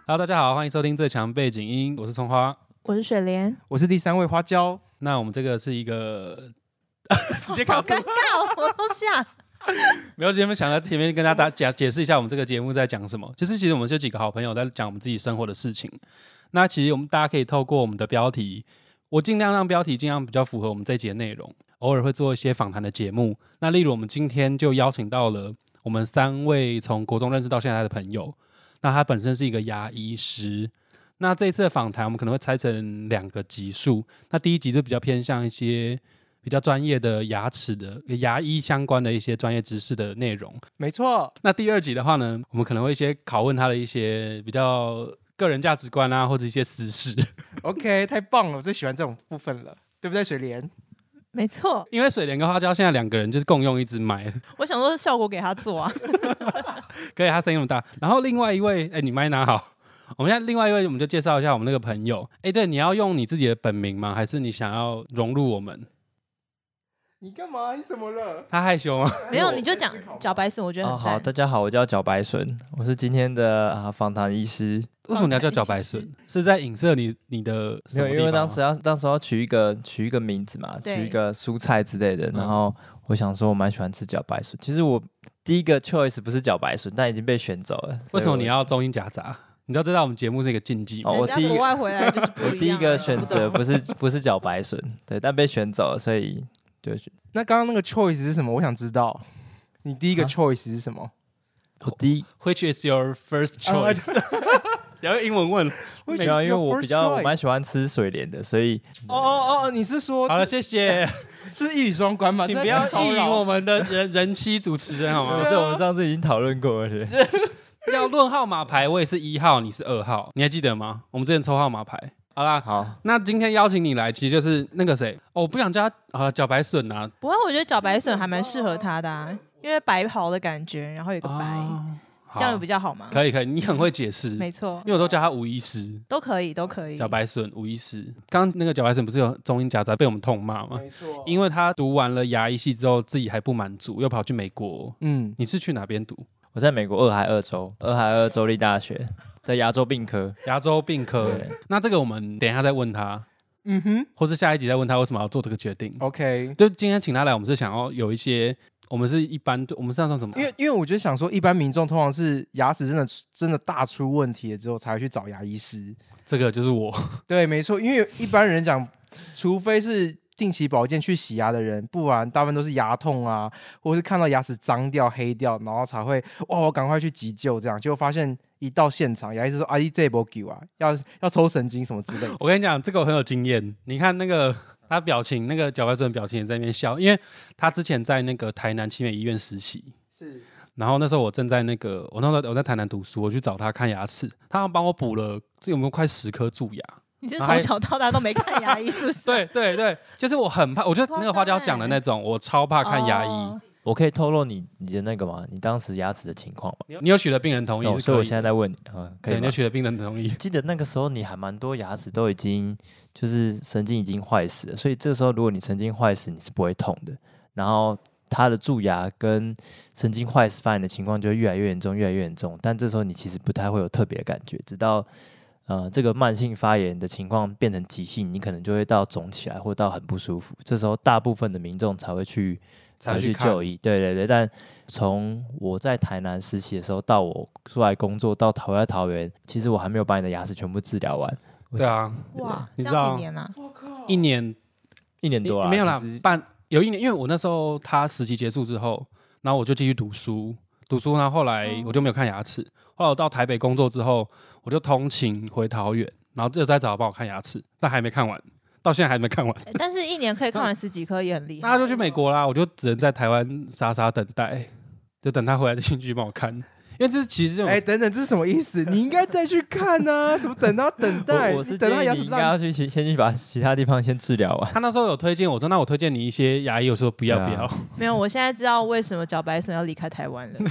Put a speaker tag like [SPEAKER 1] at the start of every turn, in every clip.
[SPEAKER 1] Hello， 大家好，欢迎收听最强背景音，我是葱花，
[SPEAKER 2] 我是水莲，
[SPEAKER 3] 我是第3位花椒。
[SPEAKER 1] 那我们这个是一个直接卡住，
[SPEAKER 2] 好尴尬，什么东西啊？
[SPEAKER 1] 没有，前面想在前面跟大家解释一下我们这个节目在讲什么。就是其实我们就几个好朋友在讲我们自己生活的事情。那其实我们大家可以透过我们的标题，我尽量让标题尽量比较符合我们这一集的内容。偶尔会做一些访谈的节目。那例如我们今天就邀请到了我们3位从国中认识到现在的朋友。那他本身是一个牙医师。那这一次的访谈我们可能会拆成2个集数。那第一集就比较偏向一些比较专业的牙齿的牙医相关的一些专业知识的内容。
[SPEAKER 3] 没错。
[SPEAKER 1] 那第2集的话呢，我们可能会一些拷问他的一些比较个人价值观啊，或者一些私事。
[SPEAKER 3] OK， 太棒了，我最喜欢这种部分了，对不对，水莲？
[SPEAKER 2] 没错，
[SPEAKER 1] 因为水莲跟花椒现在2个人就是共用一支麦，
[SPEAKER 2] 我想说效果给他做啊。
[SPEAKER 1] 可以，他声音那么大。然后另外一位，你麦拿好。我们现在另外一位，我们就介绍一下我们那个朋友。对，你要用你自己的本名吗？还是你想要融入我们？
[SPEAKER 3] 你干嘛？你怎么了？
[SPEAKER 1] 他害羞吗？
[SPEAKER 2] 没有，你就讲茭白笋，我觉得很赞。
[SPEAKER 4] 好，大家好，我叫茭白笋，我是今天的访谈医师。
[SPEAKER 1] 为什么你要叫茭白笋？是在影射你的什么地方？
[SPEAKER 4] 因为当时要取一个名字嘛，取一个蔬菜之类的。然后我想说，我蛮喜欢吃茭白笋。其实我第一个 choice 不是茭白笋，但已经被选走了。
[SPEAKER 1] 为什么你要中英夹杂？你知道我们节目是一个禁忌吗？
[SPEAKER 2] 人家国外回来就是不一样。
[SPEAKER 4] 我第一个选择不是茭白笋，对，但被选走了，所以就。
[SPEAKER 3] 那刚刚那个 choice 是什么？我想知道，你第一个 choice 是什么？
[SPEAKER 4] 我第一
[SPEAKER 1] ，Which is your first choice？你要用英文问。
[SPEAKER 4] 没有，因为我蛮喜欢吃水莲的，所以
[SPEAKER 3] 你是说
[SPEAKER 1] 好了，谢谢。
[SPEAKER 3] 这是一语双关嘛？
[SPEAKER 1] 请不要意淫我们的人妻主持人好吗？
[SPEAKER 4] 这我们上次已经讨论过了。
[SPEAKER 1] 要论号码牌，我也是1号，你是2号，你还记得吗？我们之前抽号码牌。好啦，
[SPEAKER 4] 好，
[SPEAKER 1] 那今天邀请你来，其实就是那个谁我不想叫他茭白笋啊。
[SPEAKER 2] 不过我觉得茭白笋还蛮适合他的啊，因为白袍的感觉，然后有个白，这样有比较好吗？
[SPEAKER 1] 可以，你很会解释，
[SPEAKER 2] 没错，
[SPEAKER 1] 因为我都叫他吴医师，
[SPEAKER 2] 都可以。
[SPEAKER 1] 茭白笋吴医师，刚刚那个茭白笋不是有中英夹杂被我们痛骂吗？
[SPEAKER 3] 没错，
[SPEAKER 1] 因为他读完了牙医系之后，自己还不满足，又跑去美国。你是去哪边读？
[SPEAKER 4] 我在美国俄亥俄州立大学的牙周病科。那这个我们等一下再问他，或是下一集再问他为什么要做这个决定。
[SPEAKER 3] OK，
[SPEAKER 1] 就今天请他来，我们是想要有一些，我们是一般，我们是要说什么？
[SPEAKER 3] 因为我就想说，一般民众通常是牙齿真的大出问题了之后，才会去找牙医师。
[SPEAKER 1] 这个就是我。
[SPEAKER 3] 对，没错，因为一般人讲，除非是定期保健去洗牙的人，不然大部分都是牙痛啊，或是看到牙齿脏掉黑掉，然后才会我赶快去急救，这样结果发现一到现场，牙医说你这没救啊，要抽神经什么之类的。
[SPEAKER 1] 我跟你讲，这个我很有经验。你看那个他表情，那个茭白笋表情也在那边笑，因为他之前在那个台南奇美医院实习，
[SPEAKER 3] 是。
[SPEAKER 1] 然后那时候我正在我那时候我在台南读书，我去找他看牙齿，他帮我补了有没有快10颗蛀牙。
[SPEAKER 2] 你是从小到大都没看牙医是不是？
[SPEAKER 1] 对，就是我很怕，我觉得那个花椒讲的那种，我超怕看牙医。
[SPEAKER 4] 我可以透露你的那个吗？你当时牙齿的情况吗？
[SPEAKER 1] 你有取得病人同意？
[SPEAKER 4] 所以我现在在问你，可以吗？
[SPEAKER 1] 你有取得病人同意。
[SPEAKER 4] 记得那个时候你还蛮多牙齿都已经就是神经已经坏死了，所以这时候如果你神经坏死，你是不会痛的。然后它的蛀牙跟神经坏死发炎的情况就会越来越严重，但这时候你其实不太会有特别的感觉，直到这个慢性发炎的情况变成急性，你可能就会到肿起来或到很不舒服，这时候大部分的民众才会去就医。对，但从我在台南实习的时候到我出来工作到回来桃园，其实我还没有把你的牙齿全部治疗完。
[SPEAKER 1] 对啊，
[SPEAKER 2] 哇，
[SPEAKER 1] 你知道
[SPEAKER 2] 这样几年啊
[SPEAKER 1] ？1年
[SPEAKER 4] 多啦，
[SPEAKER 1] 没有啦，有1年，因为我那时候他实习结束之后，然后我就继续读书，然后后来我就没有看牙齿。后来我到台北工作之后，我就通勤回桃园，然后这再找他帮我看牙齿，但还没看完，到现在还没看完。
[SPEAKER 2] 但是1年可以看完10几颗也很厉害。
[SPEAKER 1] 那他就去美国啦，我就只能在台湾傻傻等待，就等他回来再进去帮我看。因为这其实
[SPEAKER 3] 等等，这是什么意思？你应该再去看啊！什么等待？
[SPEAKER 4] 我是建议你应该要先去把其他地方先治疗完。
[SPEAKER 1] 他那时候有推荐我说，那我推荐你一些牙医，我说不要。
[SPEAKER 2] 没有，我现在知道为什么茭白笋要离开台湾了。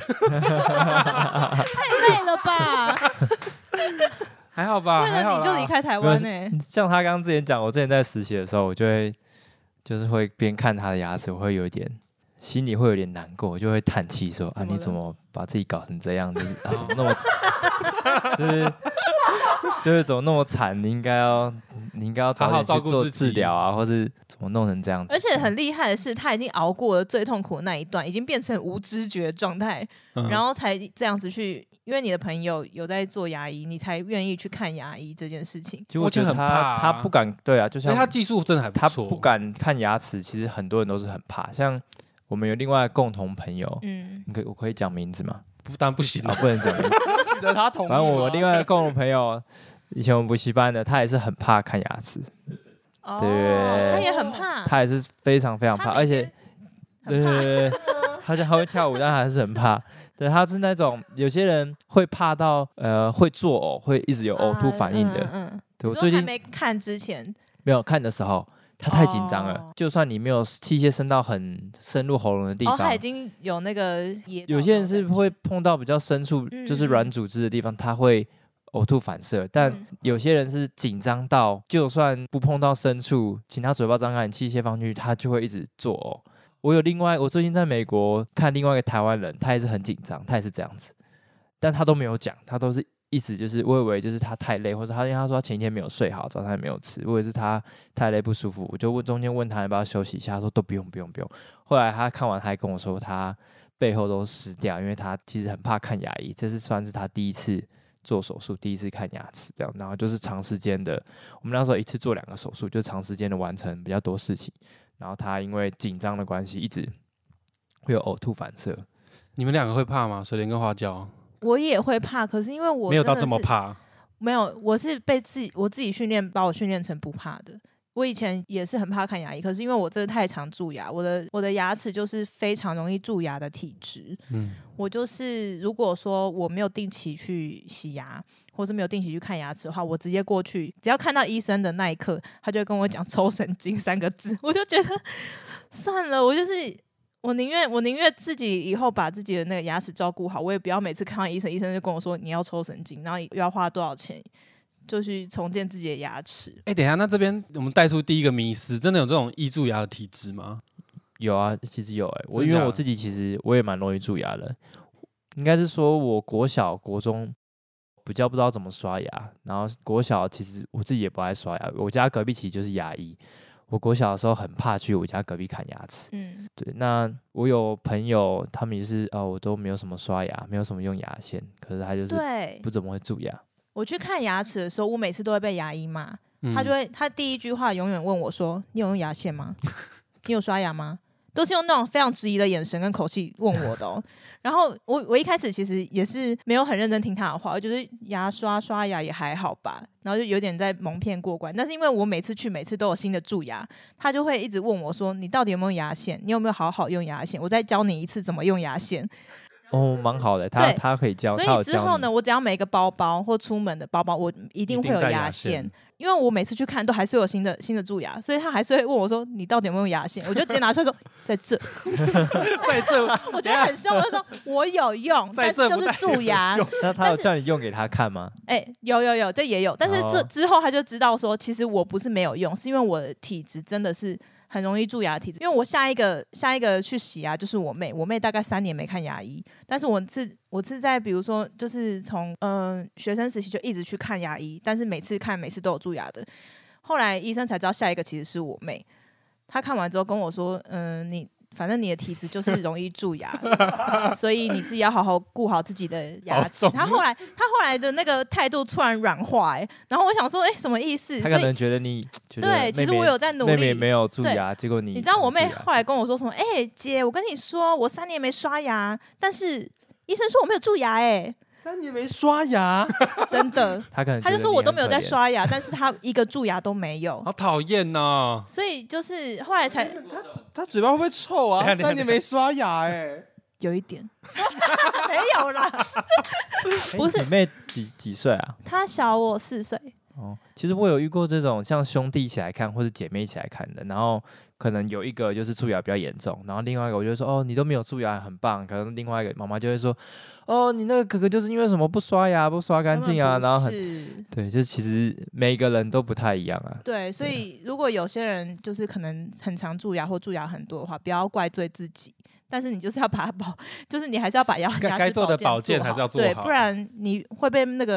[SPEAKER 2] 太累了吧？
[SPEAKER 1] 还好吧？
[SPEAKER 2] 为了你就离开台湾
[SPEAKER 4] 像他刚刚之前讲，我之前在实习的时候，我就是会边看他的牙齿，我会有点心里会有点难过，我就会叹气说：“啊，你怎么把自己搞成这样？就是怎么那么，就是就是怎么那么惨，你应该要早
[SPEAKER 1] 好好
[SPEAKER 4] 点去做
[SPEAKER 1] 照顾自己
[SPEAKER 4] 治疗啊，或是怎么弄成这样子。
[SPEAKER 2] 而且很厉害的是，他已经熬过了最痛苦的那一段，已经变成无知觉的状态，然后才这样子去。因为你的朋友有在做牙医，你才愿意去看牙医这件事情。
[SPEAKER 4] 就我觉得
[SPEAKER 1] 很怕
[SPEAKER 4] 他不敢，对啊，就像
[SPEAKER 1] 他技术真的还不
[SPEAKER 4] 他
[SPEAKER 1] 错，
[SPEAKER 4] 不敢看牙齿，其实很多人都是很怕。像我们有另外共同朋友，我可以讲名字吗？
[SPEAKER 1] 当然不行了，
[SPEAKER 4] 不能讲名字。
[SPEAKER 3] 记得他同意吗。
[SPEAKER 4] 反正我另外一个共同朋友，以前我们补习班的，他也是很怕看牙齿，对
[SPEAKER 2] 他也很怕，
[SPEAKER 4] 他也是非常非常怕，而且对，他会跳舞，但还是很怕。对，他是那种有些人会怕到会作呕，会一直有呕吐反应的。对，我最近
[SPEAKER 2] 还没看之前
[SPEAKER 4] 没有看的时候，他太紧张了。就算你没有器械伸到很深入喉咙的地方，
[SPEAKER 2] 他已经有那个
[SPEAKER 4] 有些人是会碰到比较深处，就是软组织的地方，他会呕吐反射。但有些人是紧张到，就算不碰到深处，请他嘴巴张开，你器械放进去，他就会一直作呕。我最近在美国看另外一个台湾人，他也是很紧张，他也是这样子，但他都没有讲，他都是一直就是我以为就是他太累，或者因为他说他前一天没有睡好，早餐也没有吃，我以为是他太累不舒服，我就中间问他要不要休息一下，他说都不用。后来他看完，他还跟我说他背后都湿掉，因为他其实很怕看牙医，这是算是他第一次做手术，第一次看牙齿这样，然后就是长时间的，我们那时候一次做2个手术，就长时间的完成比较多事情。然后他因为紧张的关系，一直会有呕吐反射。
[SPEAKER 1] 你们2个会怕吗？水莲跟花椒？
[SPEAKER 2] 我也会怕，可是因为我
[SPEAKER 1] 没有到这么怕。
[SPEAKER 2] 没有，我是被我自己训练，把我训练成不怕的。我以前也是很怕看牙医，可是因为我真的太常蛀牙，我的牙齿就是非常容易蛀牙的体质。我就是如果说我没有定期去洗牙，或是没有定期去看牙齿的话，我直接过去，只要看到医生的那一刻，他就会跟我讲抽神经3个字，我就觉得算了，我宁愿自己以后把自己的那个牙齿照顾好，我也不要每次看到医生，医生就跟我说你要抽神经，然后又要花多少钱。就去重建自己的牙齿。
[SPEAKER 1] 等一下，那这边我们带出第一个迷思，真的有这种易蛀牙的体质吗？
[SPEAKER 4] 有啊，其实有因为我自己其实我也蛮容易蛀牙的，应该是说我国小国中比较不知道怎么刷牙，然后国小其实我自己也不爱刷牙，我家隔壁其实就是牙医，我国小的时候很怕去我家隔壁看牙齿。对，那我有朋友他们也是我都没有什么刷牙，没有什么用牙线，可是他就是不怎么会蛀牙。
[SPEAKER 2] 我去看牙齿的时候，我每次都会被牙医骂，他第一句话永远问我说：“你有用牙线吗？你有刷牙吗？”都是用那种非常质疑的眼神跟口气问我的哦。然后我一开始其实也是没有很认真听他的话，我觉得刷牙也还好吧，然后就有点在蒙骗过关。但是因为我每次都有新的蛀牙，他就会一直问我说：“你到底有没有牙线？你有没有好好用牙线？我再教你一次怎么用牙线。”
[SPEAKER 4] 蛮好的，他可以教。
[SPEAKER 2] 所以之后呢，我只要每个包包或出门的包包，我一定会有牙线。因为我每次去看都还是有新的蛀牙，所以他还是会问我说：“你到底有没有用牙线？”我就直接拿出来说：“在这，
[SPEAKER 1] 在这。”
[SPEAKER 2] 我觉得很凶，我就说：“我有用，但是就是蛀牙。”
[SPEAKER 4] 那他有叫你用给他看吗？
[SPEAKER 2] 有，这也有。但是这之后他就知道说，其实我不是没有用，是因为我的体质真的是很容易蛀牙的体质。因为我下一个去洗牙就是我妹大概3年没看牙医，但是我是在比如说就是从学生时期就一直去看牙医，但是每次都有蛀牙的。后来医生才知道下一个其实是我妹，她看完之后跟我说：“反正你的体质就是容易蛀牙，所以你自己要好好顾好自己的牙齿。”他后来的那个态度突然软化，然后我想说，什么意思？
[SPEAKER 4] 他可能觉得你
[SPEAKER 2] 对，其实我有在努力，
[SPEAKER 4] 妹妹没有蛀牙，结果你
[SPEAKER 2] 知道我妹后来跟我说什么？姐，我跟你说，我3年没刷牙，但是医生说我没有蛀牙
[SPEAKER 3] 3年没刷牙，
[SPEAKER 2] 真的，
[SPEAKER 4] 他
[SPEAKER 2] 就说我都没有在刷牙，但是他一个蛀牙都没有，
[SPEAKER 1] 好讨厌哦。
[SPEAKER 2] 所以就是后来才
[SPEAKER 3] 他嘴巴会不会臭啊？3年没刷牙
[SPEAKER 2] 有一点没有啦，不是。
[SPEAKER 4] 你妹几岁啊？
[SPEAKER 2] 她小我4岁。
[SPEAKER 4] 其实我有遇过这种像兄弟一起来看或者姐妹一起来看的，然后可能有一个就是蛀牙比较严重，然后另外一个我就说你都没有蛀牙很棒，可能另外一个妈妈就会说你那个哥哥就是因为什么不刷牙不刷干净啊，然后对，就其实每一个人都不太一样啊。
[SPEAKER 2] 对，所以如果有些人就是可能很常蛀牙或蛀牙很多的话，不要怪罪自己。但是你就是要把它就是你还是要把牙齿
[SPEAKER 1] 该做的保健还是要做好，
[SPEAKER 2] 对，不然你会被那个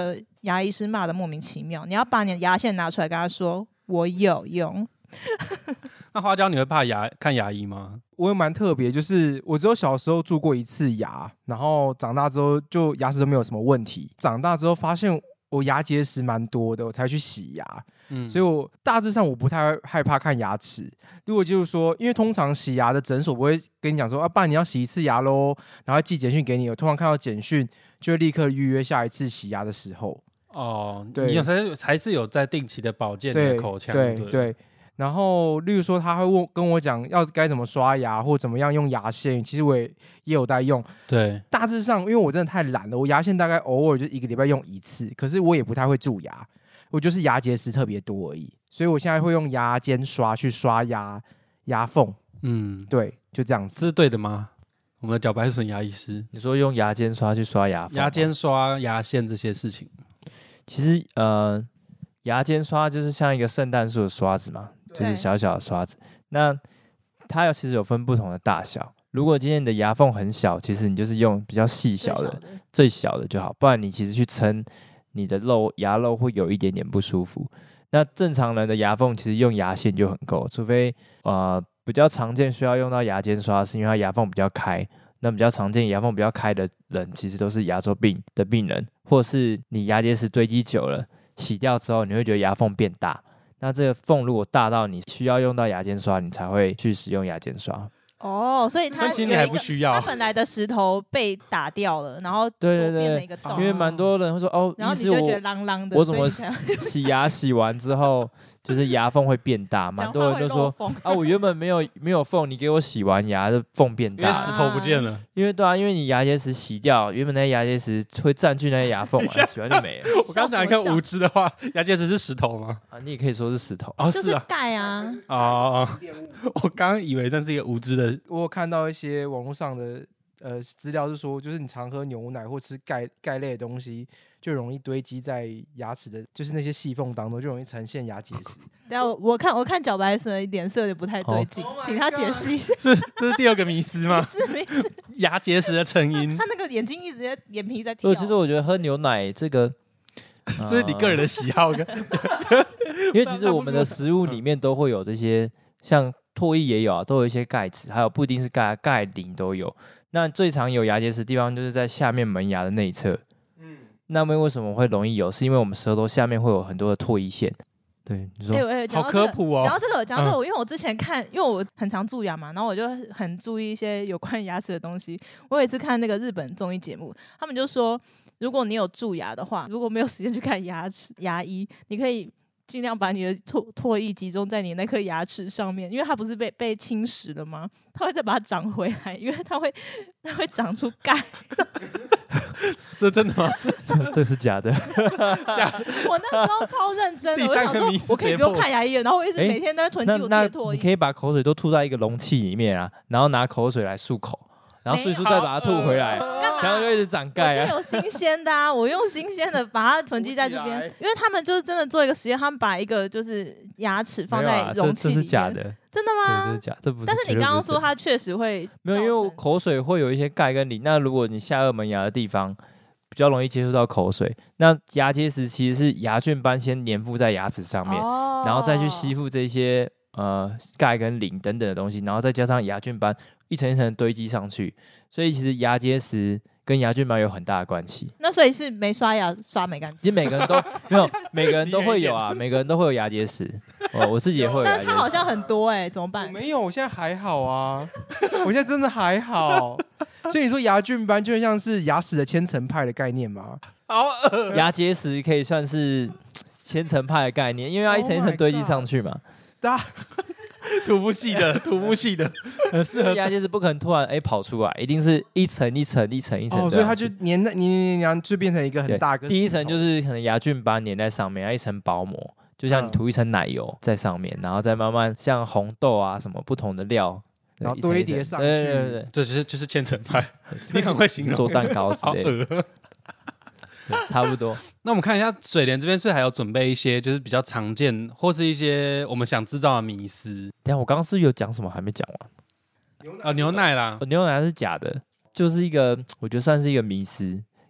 [SPEAKER 2] 牙医师骂的莫名其妙，你要把你的牙线拿出来跟他说我有用。
[SPEAKER 1] 那花椒你会怕看牙医吗？
[SPEAKER 3] 我也蛮特别，就是我只有小时候蛀过一次牙，然后长大之后就牙齿都没有什么问题。长大之后发现我牙结石蛮多的，我才去洗牙。所以我大致上我不太害怕看牙齿。如果就是说，因为通常洗牙的诊所不会跟你讲说，爸你要洗一次牙咯，然后寄简讯给你。我通常看到简讯就会立刻预约下一次洗牙的时候。
[SPEAKER 1] 对，你还是有在定期的保健的口腔。
[SPEAKER 3] 对。然后，例如说，他会跟我讲要该怎么刷牙，或怎么样用牙线。其实我也有在用。
[SPEAKER 1] 对，
[SPEAKER 3] 大致上，因为我真的太懒了，我牙线大概偶尔就1个礼拜用1次。可是我也不太会蛀牙，我就是牙结石特别多而已。所以我现在会用牙尖刷去刷牙缝。对，就这样子。
[SPEAKER 1] 这是对的吗？我们的茭白笋牙医师，
[SPEAKER 4] 你说用牙尖刷去刷牙缝，
[SPEAKER 1] 牙尖刷牙线这些事情，
[SPEAKER 4] 其实牙尖刷就是像一个圣诞树的刷子嘛。就是小小的刷子，那它其实有分不同的大小。如果今天你的牙缝很小，其实你就是用比较细小的、最小的就好，不然你其实去撑你的牙肉会有一点点不舒服。那正常人的牙缝其实用牙线就很够，除非比较常见需要用到牙尖刷，是因为它牙缝比较开。那比较常见牙缝比较开的人，其实都是牙周病的病人，或是你牙结石堆积久了，洗掉之后你会觉得牙缝变大。那这个缝如果大到你需要用到牙尖刷，你才会去使用牙尖刷。
[SPEAKER 2] 所以它
[SPEAKER 1] 其实还不需要。
[SPEAKER 2] 它本来的石头被打掉了，然后变了一个洞。
[SPEAKER 4] 因为蛮多人会说
[SPEAKER 2] 然后你就觉得啷啷的。
[SPEAKER 4] 我怎么洗牙洗完之后，就是牙缝会变大？蛮多人就说我原本没有缝，你给我洗完牙的缝变大，
[SPEAKER 1] 因为石头不见了。
[SPEAKER 4] 因为你牙结石洗掉，原本那些牙结石会占据那些牙缝嘛，洗完就没了。
[SPEAKER 1] 我刚才看无知的话，牙结石是石头吗？
[SPEAKER 4] 你也可以说是石头
[SPEAKER 2] 就是钙啊。
[SPEAKER 1] 我刚刚以为这是一个无知的。
[SPEAKER 3] 我有看到一些网络上的资料是说，就是你常喝牛奶或吃钙类的东西，就容易堆积在牙齿的，就是那些细缝当中，就容易呈现牙结石。
[SPEAKER 2] 等下我看茭白笋的脸色有点不太对劲，请他解释一下。
[SPEAKER 1] 这是第二个迷思吗？
[SPEAKER 2] 迷思。
[SPEAKER 1] 牙结石的成因。
[SPEAKER 2] 他那个眼睛一直在眼皮在跳。
[SPEAKER 4] 其实我觉得喝牛奶这个，
[SPEAKER 1] 这是你个人的喜好。
[SPEAKER 4] 因为其实我们的食物里面都会有这些，像唾液也有都有一些钙质，还有不一定是钙磷都有。那最常有牙结石的地方就是在下面门牙的内侧。那么为什么会容易有？是因为我们舌头下面会有很多的唾液腺。对，你说
[SPEAKER 1] 好科普哦。
[SPEAKER 2] 讲到这个，因为我之前看，因为我很常蛀牙嘛，然后我就很注意一些有关牙齿的东西。我有一次看那个日本综艺节目，他们就说，如果你有蛀牙的话，如果没有时间去看牙医，你可以尽量把你的唾液集中在你那颗牙齿上面，因为它不是被侵蚀了吗？它会再把它长回来，因为它会长出钙。
[SPEAKER 1] 这真的吗？
[SPEAKER 4] 这是假的。
[SPEAKER 2] 我那时候超认真的，我想说我可以不用看牙医了，然后我一直每天都在囤积我自己的唾液。
[SPEAKER 4] 你可以把口水都吐在一个容器里面啊，然后拿口水来漱口，然后漱一漱再把它吐回来，这样就一直长钙
[SPEAKER 2] 我就有新鲜的啊，我用新鲜的把它囤积在这边，因为他们就是真的做一个实验，他们把一个就是牙齿放在容器里面。
[SPEAKER 4] 这是假的。
[SPEAKER 2] 真的吗？
[SPEAKER 4] 对，这是假的，这不是。
[SPEAKER 2] 但是你刚刚说它确实会
[SPEAKER 4] 没有，因为口水会有一些钙跟磷，那如果你下颚门牙的地方比较容易接触到口水，那牙结石其实是牙菌斑先粘附在牙齿上面，然后再去吸附这些钙跟磷等等的东西，然后再加上牙菌斑一层一层堆积上去，所以其实牙结石跟牙菌斑有很大的关系。
[SPEAKER 2] 那所以是没刷牙刷没干净？
[SPEAKER 4] 其实每个人都没有，每个人都会有啊，每个人都会有牙结石。我自己也会有牙结石。
[SPEAKER 2] 但它好像很多怎么办？
[SPEAKER 3] 我没有，我现在还好啊，我现在真的还好。所以你说牙菌斑就像是牙齿的千层派的概念吗？
[SPEAKER 4] 牙结石可以算是千层派的概念，因为它一层一层堆积上去嘛。
[SPEAKER 1] 土木系的，很适合。
[SPEAKER 4] 牙结石不可能突然跑出来，一定是一层一层一层一层。
[SPEAKER 3] 所以它就粘就变成一个很大个。
[SPEAKER 4] 第一层就是可能牙菌斑粘在上面，然后一层薄膜，就像你涂一层奶油在上面，然后再慢慢像红豆啊什么不同的料，
[SPEAKER 3] 然后堆叠上去。
[SPEAKER 4] 对，
[SPEAKER 1] 这就是千层派，你很会形容。
[SPEAKER 4] 做蛋糕之类的。差不多。
[SPEAKER 1] 那我们看一下水莲这边是还有准备一些就是比较常见或是一些我们想制造的迷思。
[SPEAKER 4] 等一下我刚刚是有讲什么还没讲完？
[SPEAKER 1] 牛奶啦，
[SPEAKER 4] 牛奶是假的，就是一个我觉得算是一个迷思，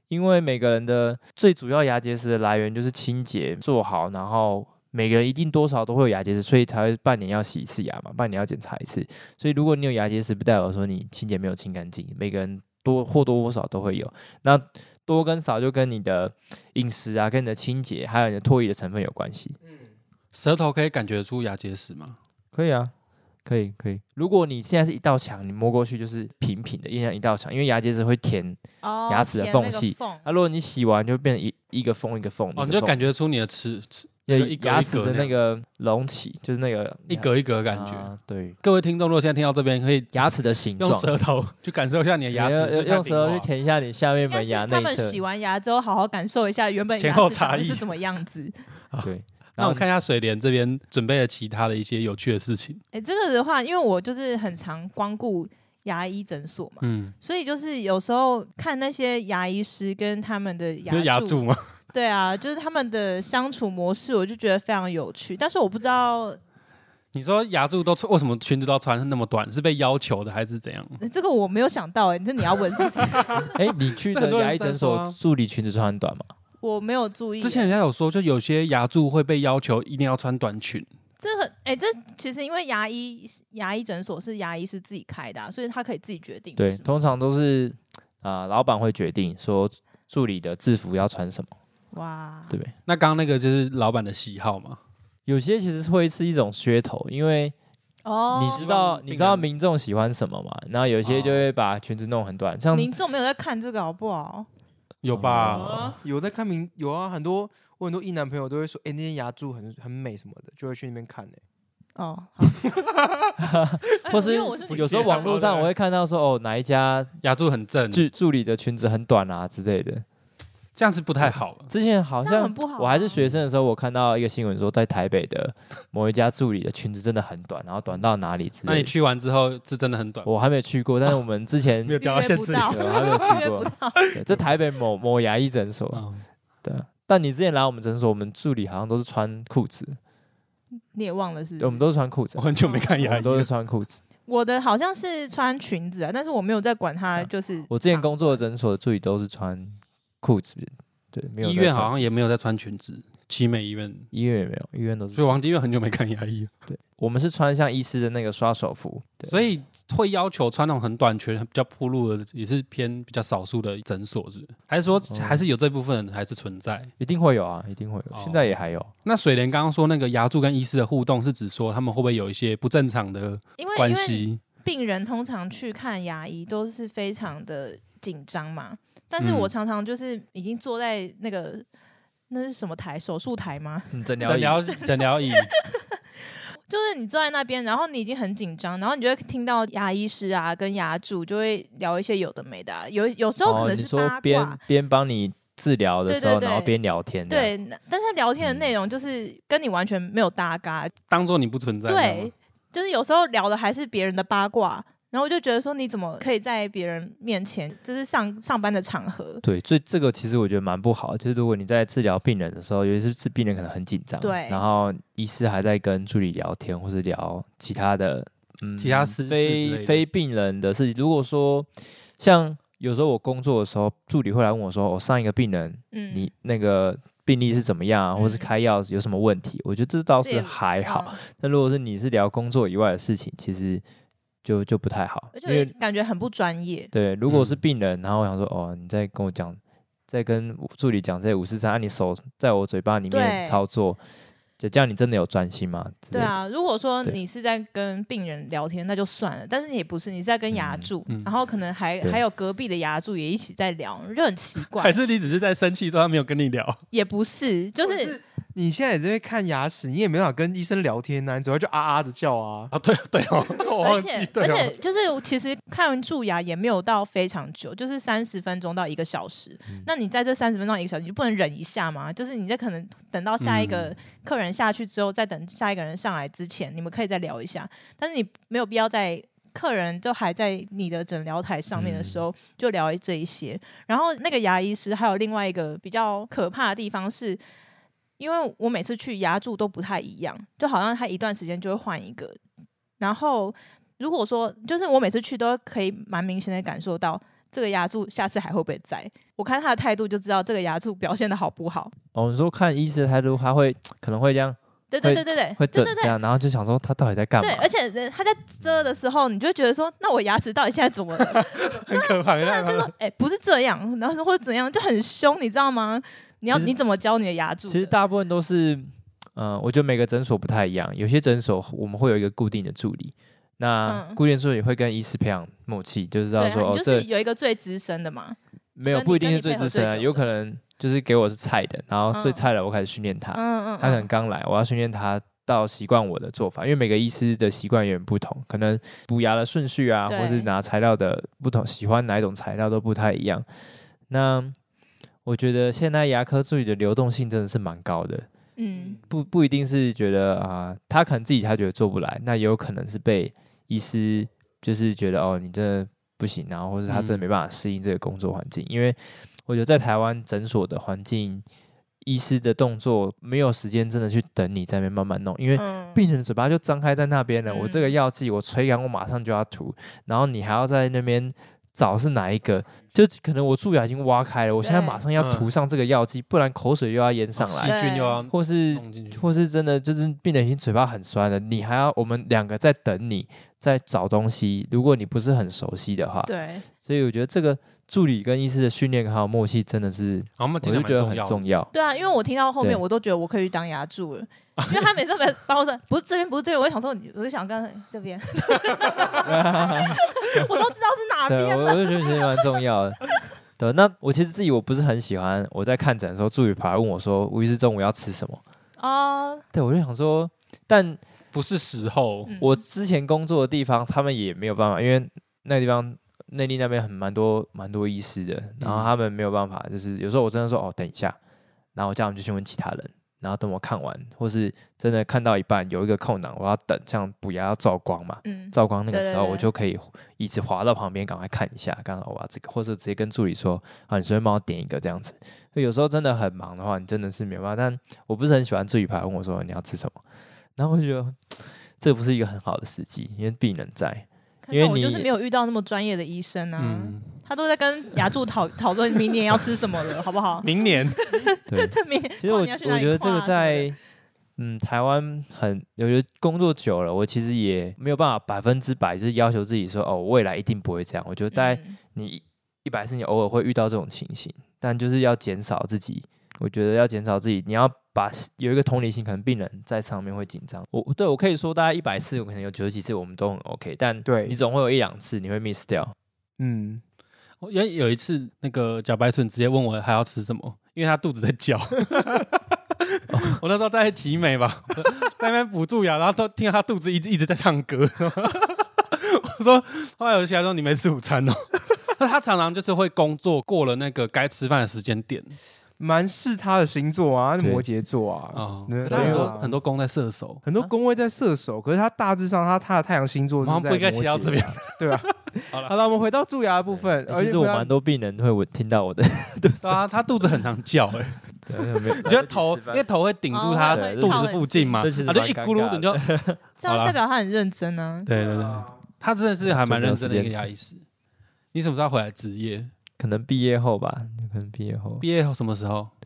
[SPEAKER 4] 因为每个人的最主要牙结石的来源就是清洁做好，然后每个人一定多少都会有牙结石，所以才会半年要洗一次牙嘛，半年要检查一次。所以如果你有牙结石，不代表说你清洁没有清干净，每个人或多或少都会有。那多跟少就跟你的饮食啊、跟你的清洁，还有你的唾液的成分有关系。
[SPEAKER 1] 舌头可以感觉出牙结石吗？
[SPEAKER 4] 可以啊。可以。如果你现在是一道墙，你摸过去就是平平的，印象一道墙，因为牙结石会填牙齿的缝隙。如果你洗完就变成一个缝一个缝。
[SPEAKER 1] 你就感觉出你的
[SPEAKER 4] 牙齿的那个隆起，就是那个
[SPEAKER 1] 一格一格的感觉。
[SPEAKER 4] 对，
[SPEAKER 1] 各位听众，如果现在听到这边，可以
[SPEAKER 4] 牙齿的形状，
[SPEAKER 1] 用舌头去感受一下你的牙齿，
[SPEAKER 4] 用舌头去舔一下你下面门牙内侧。
[SPEAKER 2] 他们洗完牙之后，好好感受一下原本
[SPEAKER 1] 前后差异
[SPEAKER 2] 是怎么样子。
[SPEAKER 4] 对。
[SPEAKER 1] 那我们看一下水莲这边准备了其他的一些有趣的事情。
[SPEAKER 2] 这个的话，因为我就是很常光顾牙医诊所嘛，所以就是有时候看那些牙医师跟他们的
[SPEAKER 1] 牙柱吗？
[SPEAKER 2] 对啊，就是他们的相处模式，我就觉得非常有趣。但是我不知道，
[SPEAKER 1] 你说牙柱都为什么裙子都要穿那么短？是被要求的还是怎样？
[SPEAKER 2] 这个我没有想到这你要问是不是？
[SPEAKER 4] 你去的牙医诊所助理裙子穿很短吗？
[SPEAKER 2] 我没有注意。
[SPEAKER 1] 之前人家有说，就有些牙柱会被要求一定要穿短裙。
[SPEAKER 2] 这其实因为牙医诊所是牙医是自己开的，所以他可以自己决定。
[SPEAKER 4] 对，通常都是老板会决定说助理的制服要穿什么。
[SPEAKER 2] 哇，
[SPEAKER 4] 对不对？
[SPEAKER 1] 那刚刚那个就是老板的喜好嘛？
[SPEAKER 4] 有些其实会是一种噱头，因为你知道民众喜欢什么嘛？然后有些就会把裙子弄很短，像
[SPEAKER 2] 民众没有在看这个好不好？
[SPEAKER 1] 有吧？
[SPEAKER 3] 有在看有啊，我很多异男朋友都会说，那间牙柱很美什么的，就会去那边看
[SPEAKER 4] 或是有时候网络上我会看到说，哪一家
[SPEAKER 1] 牙柱很正，
[SPEAKER 4] 助理的裙子很短啊之类的。
[SPEAKER 1] 这样子不太好。
[SPEAKER 4] 之前好像我还是学生的时候，我看到一个新闻说，在台北的某一家助理的裙子真的很短，然后短到哪里之类的。
[SPEAKER 1] 那你去完之后是真的很短？
[SPEAKER 4] 我还没有去过，但是我们之前
[SPEAKER 1] 没有掉到限制里，
[SPEAKER 4] 我还没有去过。在台北某牙医诊所，对。但你之前来我们诊所，我们助理好像都是穿裤子。
[SPEAKER 2] 你也忘了是不是？
[SPEAKER 4] 对，我们都是穿裤子。
[SPEAKER 1] 我很久没看牙医，
[SPEAKER 4] 都是穿裤子。
[SPEAKER 2] 我的好像是穿裙子但是我没有在管他，就是
[SPEAKER 4] 我之前工作的诊所的助理都是穿裤子。对，没有。
[SPEAKER 1] 医院好像也没有在穿裙子，奇美医院
[SPEAKER 4] 也没有，医院都是。
[SPEAKER 1] 所以王基院很久没看牙医。
[SPEAKER 4] 对，我们是穿像医师的那个刷手服，
[SPEAKER 1] 所以会要求穿那种很短裙、比较暴露的，也是偏比较少数的诊所，是不是？还是说还是有这部分人还是存在？
[SPEAKER 4] 一定会有啊，一定会有，现在也还有。
[SPEAKER 1] 那水莲刚刚说那个牙柱跟医师的互动，是指说他们会不会有一些不正常的关系？
[SPEAKER 2] 病人通常去看牙医都是非常的紧张嘛。但是我常常就是已经坐在那是什么台？手术台吗？
[SPEAKER 1] 诊疗椅。
[SPEAKER 2] 就是你坐在那边，然后你已经很紧张，然后你就会听到牙医师跟牙柱就会聊一些有的没的有时候可能是八卦，
[SPEAKER 4] 边帮你治疗的时候，然后边聊天。
[SPEAKER 2] 对，但是聊天的内容就是跟你完全没有搭嘎，
[SPEAKER 1] 当做你不存在。
[SPEAKER 2] 对，就是有时候聊的还是别人的八卦。然后我就觉得说，你怎么可以在别人面前，这是上班的场合？
[SPEAKER 4] 对，所以这个其实我觉得蛮不好的。就是如果你在治疗病人的时候，尤其是病人可能很紧张，
[SPEAKER 2] 对，
[SPEAKER 4] 然后医师还在跟助理聊天，或是聊其他的
[SPEAKER 1] 其他私事
[SPEAKER 4] 非病人的事情。如果说像有时候我工作的时候，助理会来问我说，我上一个病人，你那个病历是怎么样或是开药有什么问题？我觉得这倒是还好。但如果是你是聊工作以外的事情，其实就不太好，
[SPEAKER 2] 因为感觉很不专业。
[SPEAKER 4] 对，如果是病人，然后我想说，你在跟我讲，在跟助理讲这些543，你手在我嘴巴里面操作，就这样，你真的有专心吗？
[SPEAKER 2] 对啊，如果说你是在跟病人聊天，那就算了。但是你也不是，你是在跟牙柱，然后可能还有隔壁的牙柱也一起在聊，就很奇怪。
[SPEAKER 1] 还是你只是在生气，说他没有跟你聊？
[SPEAKER 2] 也不是，就是
[SPEAKER 3] 你现在也在看牙齿，你也没办法跟医生聊天你只会就啊的叫啊。
[SPEAKER 1] 对哦，我忘记。
[SPEAKER 2] 而且就是其实看完蛀牙也没有到非常久，就是30分钟到1个小时。那你在这30分钟到1个小时，你就不能忍一下吗？就是你在可能等到下一个客人下去之后，再等下一个人上来之前，你们可以再聊一下。但是你没有必要在客人就还在你的诊疗台上面的时候就聊这一些。然后那个牙医师还有另外一个比较可怕的地方是，因为我每次去牙柱都不太一样，就好像他一段时间就会换一个。然后如果说就是我每次去都可以蛮明显的感受到这个牙柱下次还会不会在？我看他的态度就知道这个牙柱表现的好不好。
[SPEAKER 4] 哦，你说看医师的态度，他会可能会这样，
[SPEAKER 2] 对，会
[SPEAKER 4] 整这样，然后就想说他到底在干嘛？
[SPEAKER 2] 对，而且他在遮的时候，你就会觉得说，那我牙齿到底现在怎么了？
[SPEAKER 1] 很可怕。
[SPEAKER 2] 对啊，就说不是这样，然后说或者怎样，就很凶，你知道吗？你怎么教你的牙柱？
[SPEAKER 4] 其实大部分都是，我觉得每个诊所不太一样，有些诊所我们会有一个固定的助理。那固定助理会跟医师培养默契，就是知道说
[SPEAKER 2] 就是有一个最资深的嘛。
[SPEAKER 4] 没有，不一定是最资深的，有可能就是给我是菜的，然后最菜的我开始训练他，他可能刚来，我要训练他到习惯我的做法，因为每个医师的习惯有点不同，可能补牙的顺序啊，或是拿材料的不同，喜欢哪一种材料都不太一样。那我觉得现在牙科助理的流动性真的是蛮高的。不一定是觉得他可能自己他觉得做不来，那也有可能是被医师就是觉得你真的不行，然后或是他真的没办法适应这个工作环境。因为我觉得在台湾诊所的环境，医师的动作没有时间真的去等你在那边慢慢弄，因为病人的嘴巴就张开在那边了。我这个药剂我吹干，我马上就要涂，然后你还要在那边找是哪一个，就可能我蛀牙已经挖开了，我现在马上要涂上这个药剂，不然口水又要淹上来，
[SPEAKER 1] 细菌又要
[SPEAKER 4] 或是真的就是病人已经嘴巴很酸了，你还要我们两个在等你在找东西，如果你不是很熟悉的话，
[SPEAKER 2] 对，所
[SPEAKER 4] 以我觉得这个助理跟医师的训练还有默契真的是，我就觉得很重要。
[SPEAKER 2] 对啊，因为我听到后面我都觉得我可以去当牙助了。因为他每次帮我说不是这边，我就想说，我就想跟这边，我都知道是哪边了。
[SPEAKER 4] 我就觉得其实蛮重要的。对，那我其实自己我不是很喜欢，我在看诊的时候，助理跑来问我说：“吴医师中午要吃什么？”对，我就想说，但
[SPEAKER 1] 不是时候。
[SPEAKER 4] 我之前工作的地方，他们也没有办法，因为那地方内地那边蛮多医师的，然后他们没有办法，就是有时候我真的说等一下，然后我叫他们就去问其他人。然后等我看完，或是真的看到一半有一个空档，我要等，像补牙要照光嘛，照光那个时候我就可以一直滑到旁边，赶快看一下，刚好我要这个，或者直接跟助理说你随便帮我点一个这样子。有时候真的很忙的话，你真的是没有办法。但我不是很喜欢助理牌问我说你要吃什么，然后我就觉得这不是一个很好的时机，因为病人在，因为
[SPEAKER 2] 我就是没有遇到那么专业的医生啊。他都在跟牙助讨论明年要吃什么了，好不好？
[SPEAKER 1] 明年，
[SPEAKER 4] 对，
[SPEAKER 2] 明年。
[SPEAKER 4] 其实我觉得这个在台湾有觉得工作久了，我其实也没有办法100%就是要求自己说未来一定不会这样。我觉得大概你100%你偶尔会遇到这种情形，但就是要减少自己。我觉得要减少自己，你要有一个同理心，可能病人在上面会紧张。我可以说大概100次，可能有90几次我们都很 OK， 但你总会有1-2次你会 miss 掉。
[SPEAKER 1] 有一次，那个茭白笋直接问我还要吃什么，因为他肚子在叫。我那时候在奇美吧，在那边补蛀牙，然后都听到他肚子一直在唱歌。我说，后来我起来说你没吃午餐哦。他常常就是会工作过了那个该吃饭的时间点。
[SPEAKER 3] 蛮是他的星座啊，摩羯座啊，
[SPEAKER 1] 他很多宫在射手，
[SPEAKER 3] 很多宫位在射手，可是他大致上他的太阳星座是在
[SPEAKER 1] 不应该骑到这边，
[SPEAKER 3] 对吧？好了，我们回到蛀牙的部分。
[SPEAKER 4] 其实我蛮多病人会听到我的，
[SPEAKER 1] 对啊，他肚子很常叫你觉得头，因为头会顶住他肚子附近嘛，他就一咕噜，你就
[SPEAKER 2] 这样代表他很认真啊。
[SPEAKER 1] 对，他真的是还蛮认真的一个牙医师。你什么时候回来职业？
[SPEAKER 4] 可能毕业后吧，可能毕业后
[SPEAKER 1] 什么时候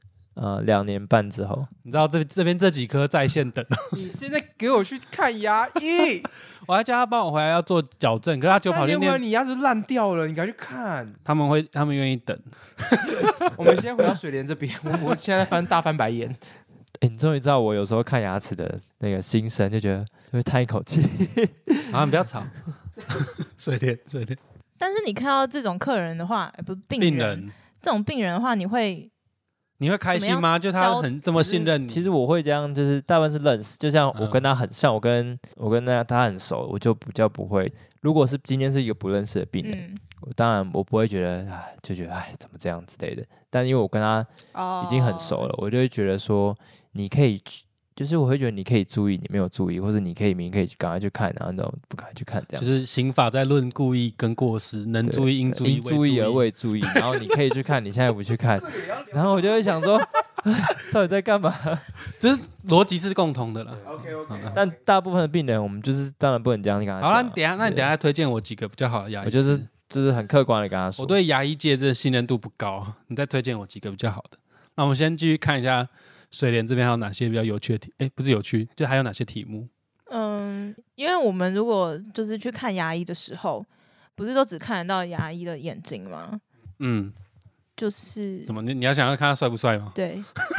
[SPEAKER 4] ？2年半之后。
[SPEAKER 1] 你知道这边这几颗在线等。
[SPEAKER 3] 你现在给我去看牙医，
[SPEAKER 1] 我还叫他帮我回来要做矫正，可是他就跑去念。
[SPEAKER 3] 你牙齿烂掉了，你赶快去看。
[SPEAKER 1] 他们愿意等。
[SPEAKER 3] 我们先回到水莲这边，我现在大翻白眼。
[SPEAKER 4] 你终于知道我有时候看牙齿的那个心声，就觉得就会叹一口气。
[SPEAKER 1] 你不要吵。水莲。
[SPEAKER 2] 但是你看到这种客人的话，不是病人这种病人的话，你会
[SPEAKER 1] 开心吗？就他这么信任你。
[SPEAKER 4] 其实我会这样，就是大部分是认识，就像我跟他很像，我跟他很熟，我就比较不会。如果是今天是一个不认识的病人，当然我不会觉得就觉得怎么这样之类的。但因为我跟他已经很熟了，我就会觉得说你可以。就是我会觉得你可以注意，你没有注意，或者你可以赶快去看，然后不赶快去看，这样。
[SPEAKER 1] 就是刑法在论故意跟过失，能注意应注意，
[SPEAKER 4] 应注意而未注意。然后你可以去看，你现在不去看，然后我就会想说，到底在干嘛？
[SPEAKER 1] 就是逻辑是共同的啦。
[SPEAKER 3] OK，
[SPEAKER 4] 但大部分的病人，我们就是当然不能这样。
[SPEAKER 1] 好了，那你等一下推荐我几个比较好的牙医。
[SPEAKER 4] 我就是就是很客观的跟他说。
[SPEAKER 1] 我对牙医界的信任度不高，你再推荐我几个比较好的。那我们先继续看一下水莲这边还有哪些比较有趣的题，不是有趣，就还有哪些题目？
[SPEAKER 2] 因为我们如果就是去看牙医的时候，不是都只看得到牙医的眼睛吗？就是
[SPEAKER 1] 怎么你要想要看他帅不帅吗？
[SPEAKER 2] 对。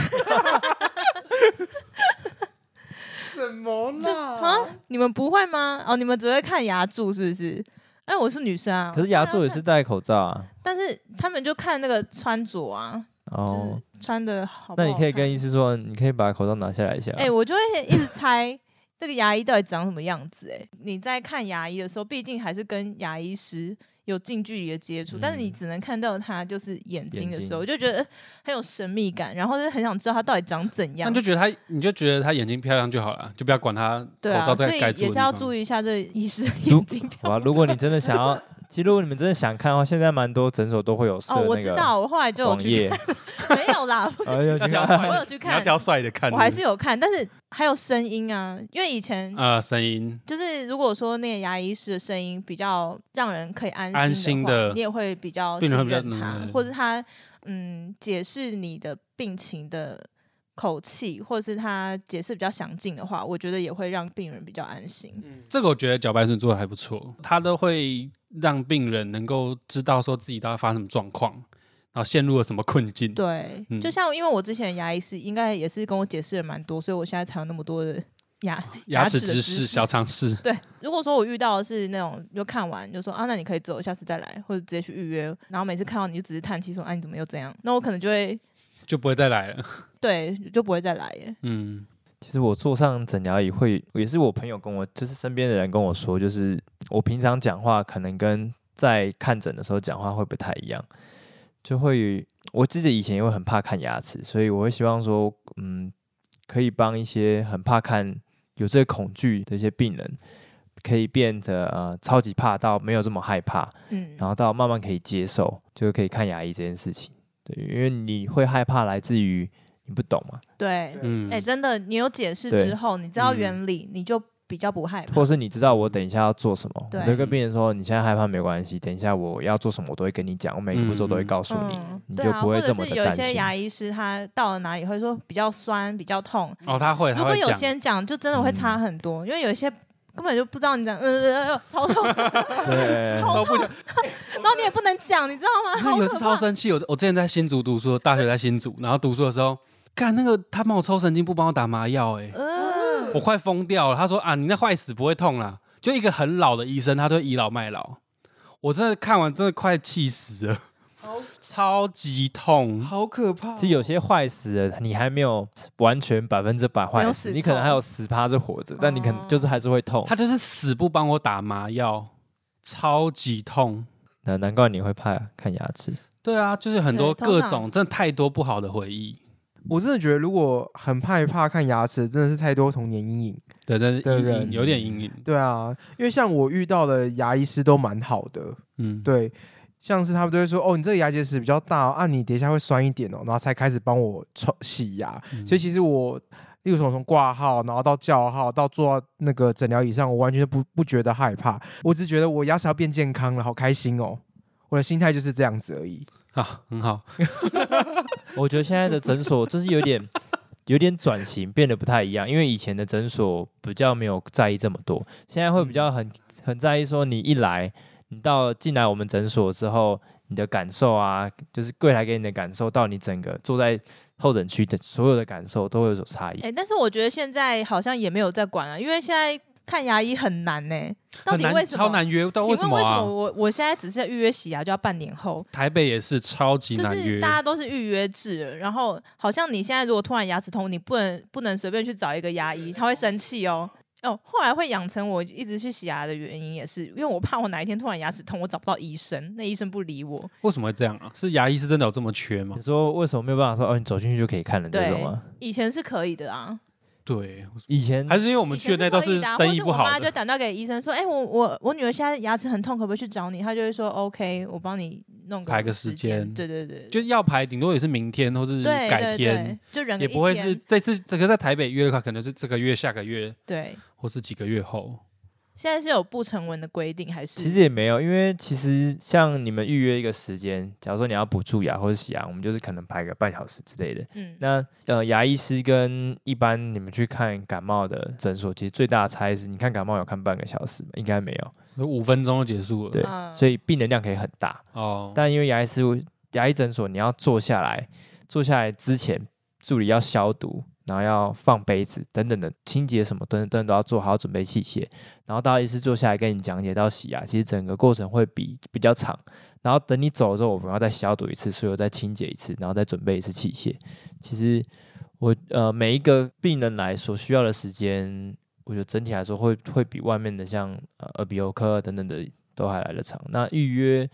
[SPEAKER 3] 什么
[SPEAKER 2] 啊？你们不会吗？哦，你们只会看牙柱是不是？哎，我是女生啊。
[SPEAKER 4] 可是牙柱也是戴口罩啊。
[SPEAKER 2] 但是他们就看那个穿着啊，就是穿的好不好看。
[SPEAKER 4] 那你可以跟医师说，你可以把口罩拿下来一下。
[SPEAKER 2] 我就会一直猜这个牙医到底长什么样子。你在看牙医的时候，毕竟还是跟牙医师有近距离的接触，但是你只能看到他就是眼睛的时候，我就觉得很有神秘感，然后就很想知道他到底长怎样。
[SPEAKER 1] 那你就觉得他眼睛漂亮就好了，就不要管他口罩在盖住的地方。
[SPEAKER 2] 所以也是要注意一下这医师眼睛漂亮。
[SPEAKER 4] 如果你真的想要，其实如果你们真的想看的话，现在蛮多诊所都会有设那个
[SPEAKER 2] 我知道，我后来就有去看，没有啦，不是，我有去看，
[SPEAKER 1] 你要挑帅的看，
[SPEAKER 2] 我还是有看，但是还有声音啊，因为以前
[SPEAKER 1] 声音
[SPEAKER 2] 就是如果说那个牙医师的声音比较让人可以安心
[SPEAKER 1] 的，
[SPEAKER 2] 你也会比较信任他，或者他解释你的病情的口气，或者是他解释比较详尽的话，我觉得也会让病人比较安心。
[SPEAKER 1] 这个我觉得茭白笋做的还不错，他都会让病人能够知道说自己到底发生什么状况，然后陷入了什么困境。
[SPEAKER 2] 对，就像因为我之前的牙医师应该也是跟我解释了蛮多，所以我现在才有那么多的牙齿知识
[SPEAKER 1] 小常识。
[SPEAKER 2] 对，如果说我遇到的是那种就看完就说啊，那你可以走，下次再来，或者直接去预约，然后每次看到你就只是叹气说啊，你怎么又这样？那我可能就不会
[SPEAKER 1] 再来了。
[SPEAKER 2] 对，就不会再来耶。
[SPEAKER 4] 其实我坐上诊疗椅也是我朋友跟我，就是身边的人跟我说，就是我平常讲话可能跟在看诊的时候讲话会不太一样，就会我自己以前也会很怕看牙齿，所以我会希望说，可以帮一些很怕看有这个恐惧的一些病人，可以变得超级怕到没有这么害怕，然后到慢慢可以接受，就可以看牙医这件事情。对，因为你会害怕来自于你不懂嘛。
[SPEAKER 2] 对，真的，你有解释之后，你知道原理，你就比较不害怕。
[SPEAKER 4] 或是你知道我等一下要做什么，我就跟病人说，你现在害怕没关系，等一下我要做什么，我都会跟你讲，我每个步骤都会告诉你，你就不会这么的担心。
[SPEAKER 2] 有一些牙医师他到了哪里会说比较酸、比较痛。
[SPEAKER 1] 他会。
[SPEAKER 2] 如果有些人讲，就真的会差很多，因为有一些根本就不知道你讲，超痛，
[SPEAKER 4] 对，
[SPEAKER 2] 超痛，然后你也不能讲，你知道吗？
[SPEAKER 1] 有一次超生气，我之前在新竹读书，大学在新竹，然后读书的时候，干那个他帮我抽神经，不帮我打麻药，我快疯掉了。他说啊，你那坏死不会痛啦，就一个很老的医生，他都倚老卖老。我真的看完真的快气死了。超级痛，
[SPEAKER 3] 好可怕！
[SPEAKER 4] 其实有些坏死了，你还没有完全100%坏死，你可能还有10%是活着，但你可能就是还是会痛。
[SPEAKER 1] 他就是死不帮我打麻药，超级痛。
[SPEAKER 4] 难怪你会怕看牙齿。
[SPEAKER 1] 对啊，就是很多各种，真的太多不好的回忆。
[SPEAKER 3] 我真的觉得，如果很害怕看牙齿，真的是太多童年阴影。
[SPEAKER 1] 对，真的人有点阴影。
[SPEAKER 3] 对啊，因为像我遇到的牙医师都蛮好的。对。像是他们都会说，哦，你这个牙结石比较大哦，你等一下会酸一点哦，然后才开始帮我洗牙。所以其实我，例如从挂号，然后到叫号，到坐到那个诊疗椅上，我完全不觉得害怕，我只觉得我牙齿要变健康了，好开心哦。我的心态就是这样子而已。
[SPEAKER 1] 很好。
[SPEAKER 4] 我觉得现在的诊所就是有点转型，变得不太一样，因为以前的诊所比较没有在意这么多，现在会比较很在意说你一来。你进来我们诊所之后，你的感受啊，就是柜台给你的感受，到你整个坐在候诊区的所有的感受都会有所差异。
[SPEAKER 2] 但是我觉得现在好像也没有在管了，因为现在看牙医很难呢。到底为什么？
[SPEAKER 1] 超难约，但为什么啊？
[SPEAKER 2] 请问为什么我现在只是预约洗牙就要半年后？
[SPEAKER 1] 台北也是超级难约，
[SPEAKER 2] 就是大家都是预约制，然后好像你现在如果突然牙齿痛，你不能随便去找一个牙医，他会生气哦。后来会养成我一直去洗牙的原因，也是因为我怕我哪一天突然牙齿痛，我找不到医生，那医生不理我。
[SPEAKER 1] 为什么会这样啊？是牙医是真的有这么缺吗？
[SPEAKER 4] 你说为什么没有办法说你走进去就可以看了这种吗？
[SPEAKER 2] 以前是可以的啊。
[SPEAKER 1] 对，
[SPEAKER 4] 以前
[SPEAKER 1] 还是因为我们去的那都是生意不好的。
[SPEAKER 2] 我妈就打电话给医生说：“我女儿现在牙齿很痛，可不可以去找你？”他就会说 ：“OK，我帮你弄
[SPEAKER 1] 排个时间。”
[SPEAKER 2] 对，
[SPEAKER 1] 就要排，顶多也是明天或是改天，
[SPEAKER 2] 就人
[SPEAKER 1] 也不会是这个在台北约的话，可能是这个月、下个月，
[SPEAKER 2] 对，
[SPEAKER 1] 或是几个月后。
[SPEAKER 2] 现在是有不成文的规定还是？
[SPEAKER 4] 其实也没有，因为其实像你们预约一个时间，假如说你要补蛀牙或者洗牙，我们就是可能排个半小时之类的。那牙医师跟一般你们去看感冒的诊所，其实最大的差异是，你看感冒有看半个小时吗？应该没有
[SPEAKER 1] ，5分钟就结束了。
[SPEAKER 4] 对，所以病人量可以很大。但因为牙医诊所你要坐下来之前，助理要消毒。然后要放杯子等等的清洁什么等等都要做好，准备器械，然后到医师坐下来跟你讲解到洗牙，其实整个过程会比较长。然后等你走的时候，我们要再消毒一次，所以我再清洁一次，然后再准备一次器械。其实我每一个病人来所需要的时间，我觉得整体来说会比外面的像耳鼻喉科等等的都还来得长。那预约，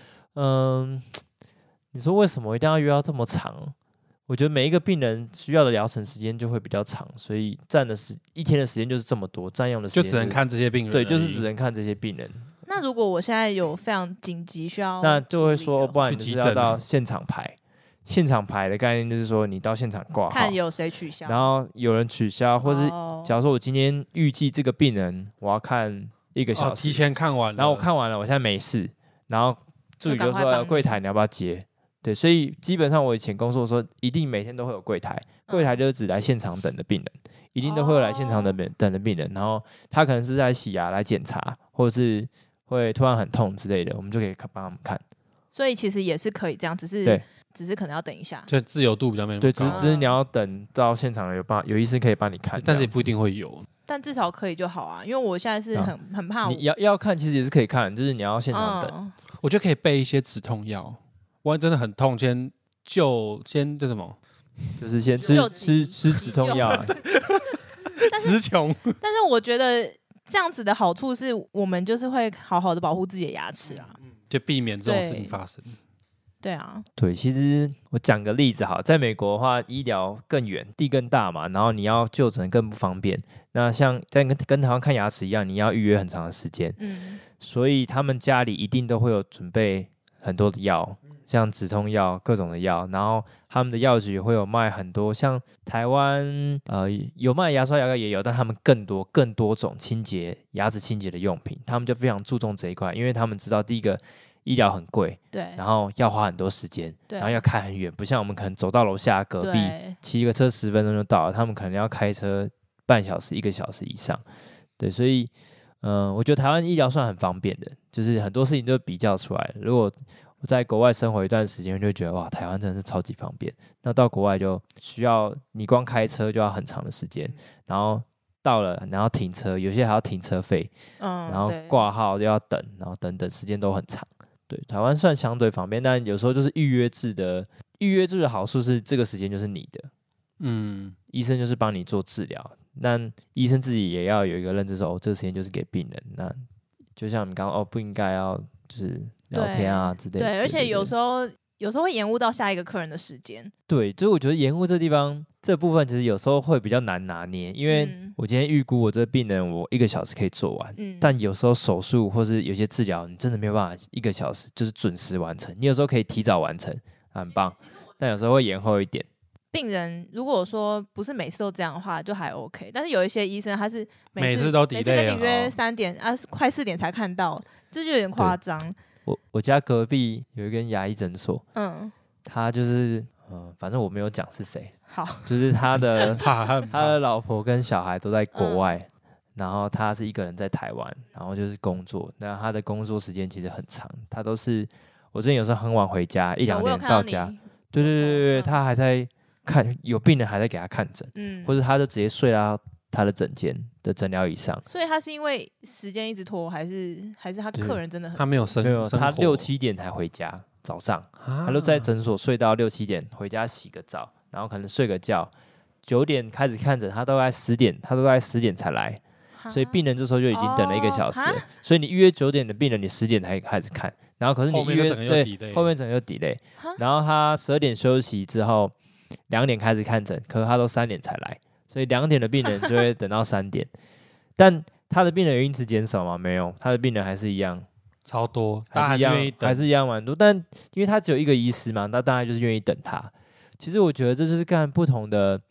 [SPEAKER 4] 你说为什么一定要约到这么长？我觉得每一个病人需要的疗程时间就会比较长，所以一天的时间就是这么多，占用的时间
[SPEAKER 1] 就只能看这些病人。
[SPEAKER 4] 对，就是只能看这些病人。
[SPEAKER 2] 那如果我现在有非常紧急需要，
[SPEAKER 4] 那就会说，不然你就是要到现场排。现场排的概念就是说，你到现场挂号，
[SPEAKER 2] 看有谁取消，
[SPEAKER 4] 然后有人取消，或是假如说我今天预计这个病人我要看1个小时，
[SPEAKER 1] 提前看完了，
[SPEAKER 4] 然后我看完了，我现在没事，然后助理就说柜台你要不要接？对，所以基本上我以前工作的时候，一定每天都会有柜台，柜台就是只来现场等的病人，一定都会有来现场等的病人，然后他可能是在洗牙来检查，或者是会突然很痛之类的，我们就可以帮他们看。
[SPEAKER 2] 所以其实也是可以这样，只是可能要等一下，
[SPEAKER 1] 就自由度比较没那么高。
[SPEAKER 4] 对，只是你要等到现场有医生可以帮你看，
[SPEAKER 1] 但是也不一定会有。
[SPEAKER 2] 但至少可以就好啊，因为我现在是很怕
[SPEAKER 4] 你要看，其实也是可以看，就是你要现场等。
[SPEAKER 1] 我觉得可以备一些止痛药。万一真的很痛，先这什么？
[SPEAKER 4] 就是先吃止痛药。
[SPEAKER 1] 词穷。
[SPEAKER 2] 但是我觉得这样子的好处是我们就是会好好的保护自己的牙齿啊，
[SPEAKER 1] 就避免这种事情发生。
[SPEAKER 2] 对啊，
[SPEAKER 4] 对，其实我讲个例子好，在美国的话，医疗更远，地更大嘛，然后你要就诊更不方便。那像在跟台湾看牙齿一样，你要预约很长的时间。所以他们家里一定都会有准备很多的药。像止痛药各种的药，然后他们的药局会有卖很多，像台湾有卖牙刷牙膏也有，但他们更多种牙齿清洁的用品，他们就非常注重这一块，因为他们知道第一个医疗很贵，
[SPEAKER 2] 对，
[SPEAKER 4] 然后要花很多时间，然后要开很远，不像我们可能走到楼下隔壁骑个车10分钟就到了，他们可能要开车半小时1个小时以上，对，所以我觉得台湾医疗算很方便的，就是很多事情都比较出来了。如果我在国外生活一段时间，就觉得哇，台湾真的是超级方便。那到国外就需要你光开车就要很长的时间，然后到了然后停车，有些还要停车费，然后挂号就要等，然后等时间都很长。对，台湾算相对方便，但有时候就是预约制的好处是这个时间就是你的，医生就是帮你做治疗，但医生自己也要有一个认知说，这个时间就是给病人。那就像你刚刚不应该要就是聊天啊之类的。
[SPEAKER 2] 对，而且有时候会延误到下一个客人的时间。
[SPEAKER 4] 对，所以我觉得延误这地方这部分其实有时候会比较难拿捏，因为我今天预估我这个病人我1个小时可以做完，但有时候手术或是有些治疗你真的没有办法1个小时就是准时完成，你有时候可以提早完成，很棒，但有时候会延后一点。
[SPEAKER 2] 病人如果说不是每次都这样的话，就还 OK。但是有一些医生他是
[SPEAKER 1] 每次都 delay，
[SPEAKER 2] 每次跟你约3点快4点才看到，这就有点夸张。
[SPEAKER 4] 我家隔壁有一间牙医诊所，他就是反正我没有讲是谁，
[SPEAKER 2] 好，
[SPEAKER 4] 就是他的老婆跟小孩都在国外，然后他是一个人在台湾，然后就是工作，那他的工作时间其实很长，他都是我之前有时候很晚回家1-2点到家，对，他还在看，有病人还在给他看诊，或者他就直接睡到他的诊间的诊疗椅上。
[SPEAKER 2] 所以他是因为时间一直拖，还是他客人真的很
[SPEAKER 1] 他没有生活，
[SPEAKER 4] 他6-7点才回家，早上他就在诊所睡到6-7点，回家洗个澡，然后可能睡个觉，9点开始看诊，他都在10点才来，所以病人这时候就已经等了1个小时了。所以你预约9点的病人，你10点才开始看，然后可是你预约后面整个就 delay， 然后他12点休息之后2点开始看诊，可是他都3点才来，所以2点的病人就会等到3点。但他的病人有因此减少吗？没有，他的病人还是一样，
[SPEAKER 1] 超多，
[SPEAKER 4] 还是一样蛮多。但因为他只有1个医师嘛，那大家就是愿意等他。其实我觉得这就是看不同的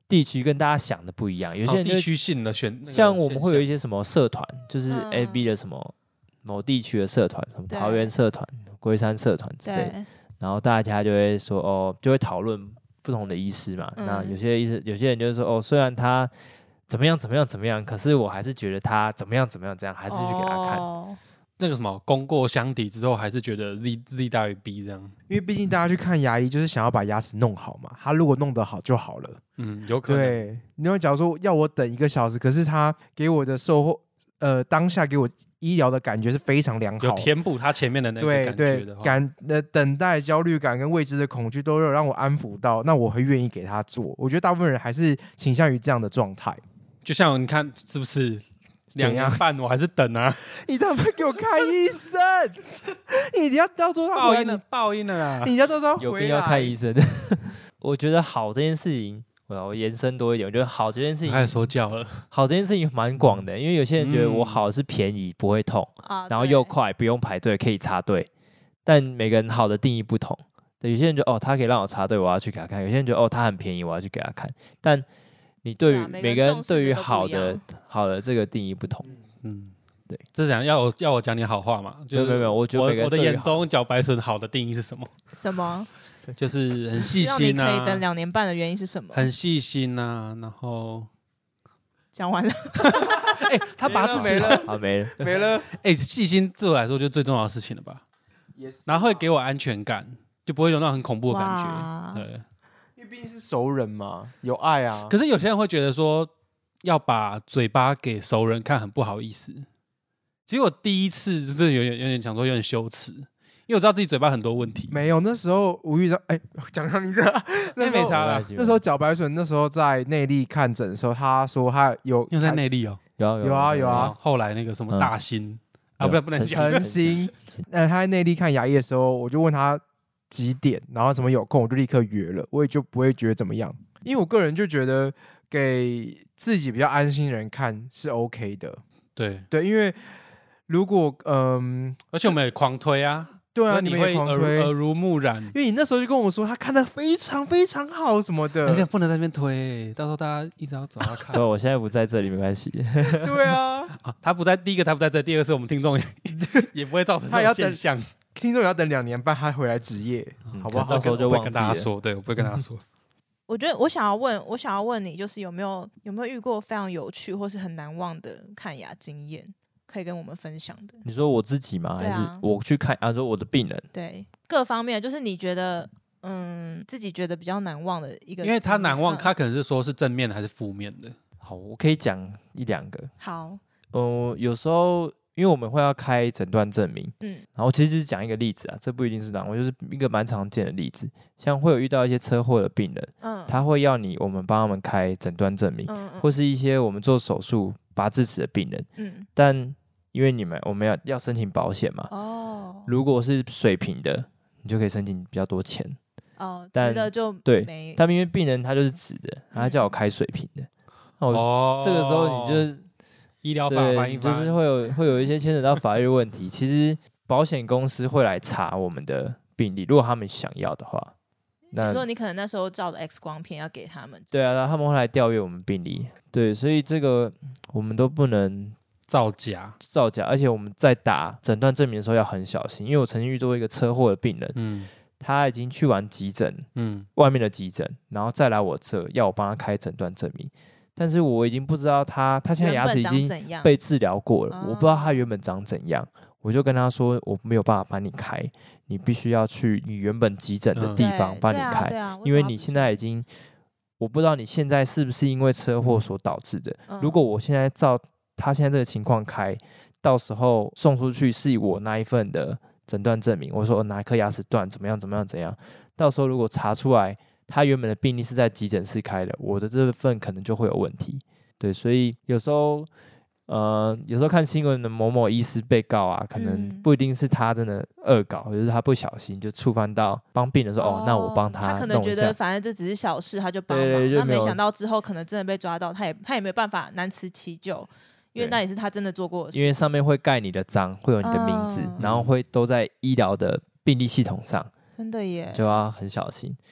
[SPEAKER 4] 地区跟大家想的不一样，有些人就
[SPEAKER 1] 地区性的选，
[SPEAKER 4] 像我们会有一些什么社团，就是 AB 的什么某地区的社团，什么桃园社团、龟山社团之类的，然后大家就会说就会讨论不同的医师嘛。那有些人就是说虽然他怎么样，可是我还是觉得他怎么样，这样还是去给他看。
[SPEAKER 1] 那个什么功过相抵之后，还是觉得 Z 大于 B 这样。
[SPEAKER 3] 因为毕竟大家去看牙医，就是想要把牙齿弄好嘛。他如果弄得好就好了。
[SPEAKER 1] 有可能。
[SPEAKER 3] 对，你假如说要我等1个小时，可是他给我的当下给我医疗的感觉是非常良好，
[SPEAKER 1] 有填补他前面的那个感觉的话，
[SPEAKER 3] 等待焦虑感跟未知的恐惧都有让我安抚到，那我会愿意给他做。我觉得大部分人还是倾向于这样的状态。
[SPEAKER 1] 就像你看是不是2年半我还是等啊？
[SPEAKER 3] 你他妈给我看医生！你一定要到时候他回来，
[SPEAKER 1] 报应了啦！
[SPEAKER 3] 你要到时候
[SPEAKER 4] 有必要看医生。我觉得好这件事情，我延伸多一点，我觉得好这件事情
[SPEAKER 1] 开始说教了。
[SPEAKER 4] 好这件事情蛮广的，因为有些人觉得我好是便宜不会痛，然后又快不用排队可以插队，但每个人好的定义不同。对，有些人觉得他可以让我插队，我要去给他看；有些人觉得他很便宜，我要去给他看。但你对于每个人对于好的这个定义不同。对，
[SPEAKER 1] 这是讲要我讲点好话嘛？
[SPEAKER 4] 没有，我觉得每个人
[SPEAKER 1] 我的眼中茭白笋好的定义是什么？
[SPEAKER 2] 什么？
[SPEAKER 1] 就是很细心啊。
[SPEAKER 2] 让你可以等2年半的原因是什么？
[SPEAKER 1] 很细心啊，然后
[SPEAKER 2] 讲完了。
[SPEAKER 1] 他把自己
[SPEAKER 3] 没了。
[SPEAKER 1] 细心对我来说就是最重要的事情了吧？然后会给我安全感，就不会有那种很恐怖的感觉。对。
[SPEAKER 3] 因为毕竟是熟人嘛，有爱啊。
[SPEAKER 1] 可是有些人会觉得说，要把嘴巴给熟人看很不好意思。其实我第一次真的有点想说有点羞耻，因为我知道自己嘴巴很多问题。
[SPEAKER 3] 没有，那时候吴玉章讲到你这，那
[SPEAKER 1] 没差了。
[SPEAKER 3] 那时候茭白笋那时候在内力看诊的时候，他说他有
[SPEAKER 1] 在内力哦，
[SPEAKER 3] 有啊。
[SPEAKER 1] 后来那个什么大新不能讲
[SPEAKER 3] 陈星，他在内力看牙医的时候，我就问他几点，然后什么有空，我就立刻约了，我也就不会觉得怎么样，因为我个人就觉得给自己比较安心的人看是 OK 的。
[SPEAKER 1] 对，
[SPEAKER 3] 因为如果
[SPEAKER 1] 而且我们也狂推啊。
[SPEAKER 3] 对啊，
[SPEAKER 1] 你会耳濡目染，
[SPEAKER 3] 因为你那时候就跟我说他看得非常非常好什么的，
[SPEAKER 1] 而且不能在那边推，到时候大家一直要找他看。
[SPEAKER 4] 对，我现在不在这里没关系。
[SPEAKER 3] 对啊，
[SPEAKER 1] 他不在，第一个他不在这，第二个是我们听众也不会造成这种现象。
[SPEAKER 3] 听众也要等2年半他回来执业，好不好？
[SPEAKER 4] 到时候就忘记了。
[SPEAKER 1] 跟大家说，对，我不会跟大家说。
[SPEAKER 2] 我觉得我想要问你，就是有没有遇过非常有趣或是很难忘的看牙经验？可以跟我们分享的？
[SPEAKER 4] 你说我自己吗？还是我去看说我的病人？
[SPEAKER 2] 对，各方面，就是你觉得自己觉得比较难忘的一个，
[SPEAKER 1] 因为他难忘，他可能是说是正面的还是负面的。
[SPEAKER 4] 好，我可以讲1-2个。
[SPEAKER 2] 好，
[SPEAKER 4] 有时候因为我们会要开诊断证明，然后其实讲一个例子啊，这不一定是难忘，就是一个蛮常见的例子，像会有遇到一些车祸的病人，他会要我们帮他们开诊断证明，或是一些我们做手术拔智齿的病人，但因为我们要申请保险嘛，如果是水平的，你就可以申请比较多钱，
[SPEAKER 2] 直的就
[SPEAKER 4] 对，但因为病人他就是直的，他叫我开水平的，这个时候你就是
[SPEAKER 1] 医疗法翻一翻，
[SPEAKER 4] 就是会有一些牵扯到法律问题。其实保险公司会来查我们的病历，如果他们想要的话。
[SPEAKER 2] 你说你可能那时候照的 X 光片要给他们，
[SPEAKER 4] 对啊，他们会来调阅我们病历，对，所以这个我们都不能
[SPEAKER 1] 造假，
[SPEAKER 4] 而且我们在打诊断证明的时候要很小心，因为我曾经遇到一个车祸的病人，他已经去完急诊，外面的急诊，然后再来我这要我帮他开诊断证明，但是我已经不知道他现在牙齿已经被治疗过了，我不知道他原本长怎样，我就跟他说我没有办法帮你开，你必须要去你原本急诊的地方帮你开，因为你现在已经，我不知道你现在是不是因为车祸所导致的，如果我现在照他现在这个情况开，到时候送出去是我那一份的诊断证明，我说哪一颗牙齿断怎么样，到时候如果查出来他原本的病历是在急诊室开的，我的这份可能就会有问题。对，所以有时候看新闻的某某医师被告啊，可能不一定是他真的恶搞，就是他不小心就触犯到帮病人说那我帮他弄一下，
[SPEAKER 2] 他可能觉得反正这只是小事，他就帮忙，那没想到之后可能真的被抓到，他也没有办法难辞其咎。因为那也是他真的做过的事，
[SPEAKER 4] 因为上面会盖你的章，会有你的名字，然后会都在医疗的病历系统上，
[SPEAKER 2] 真的耶，
[SPEAKER 4] 就要很小心。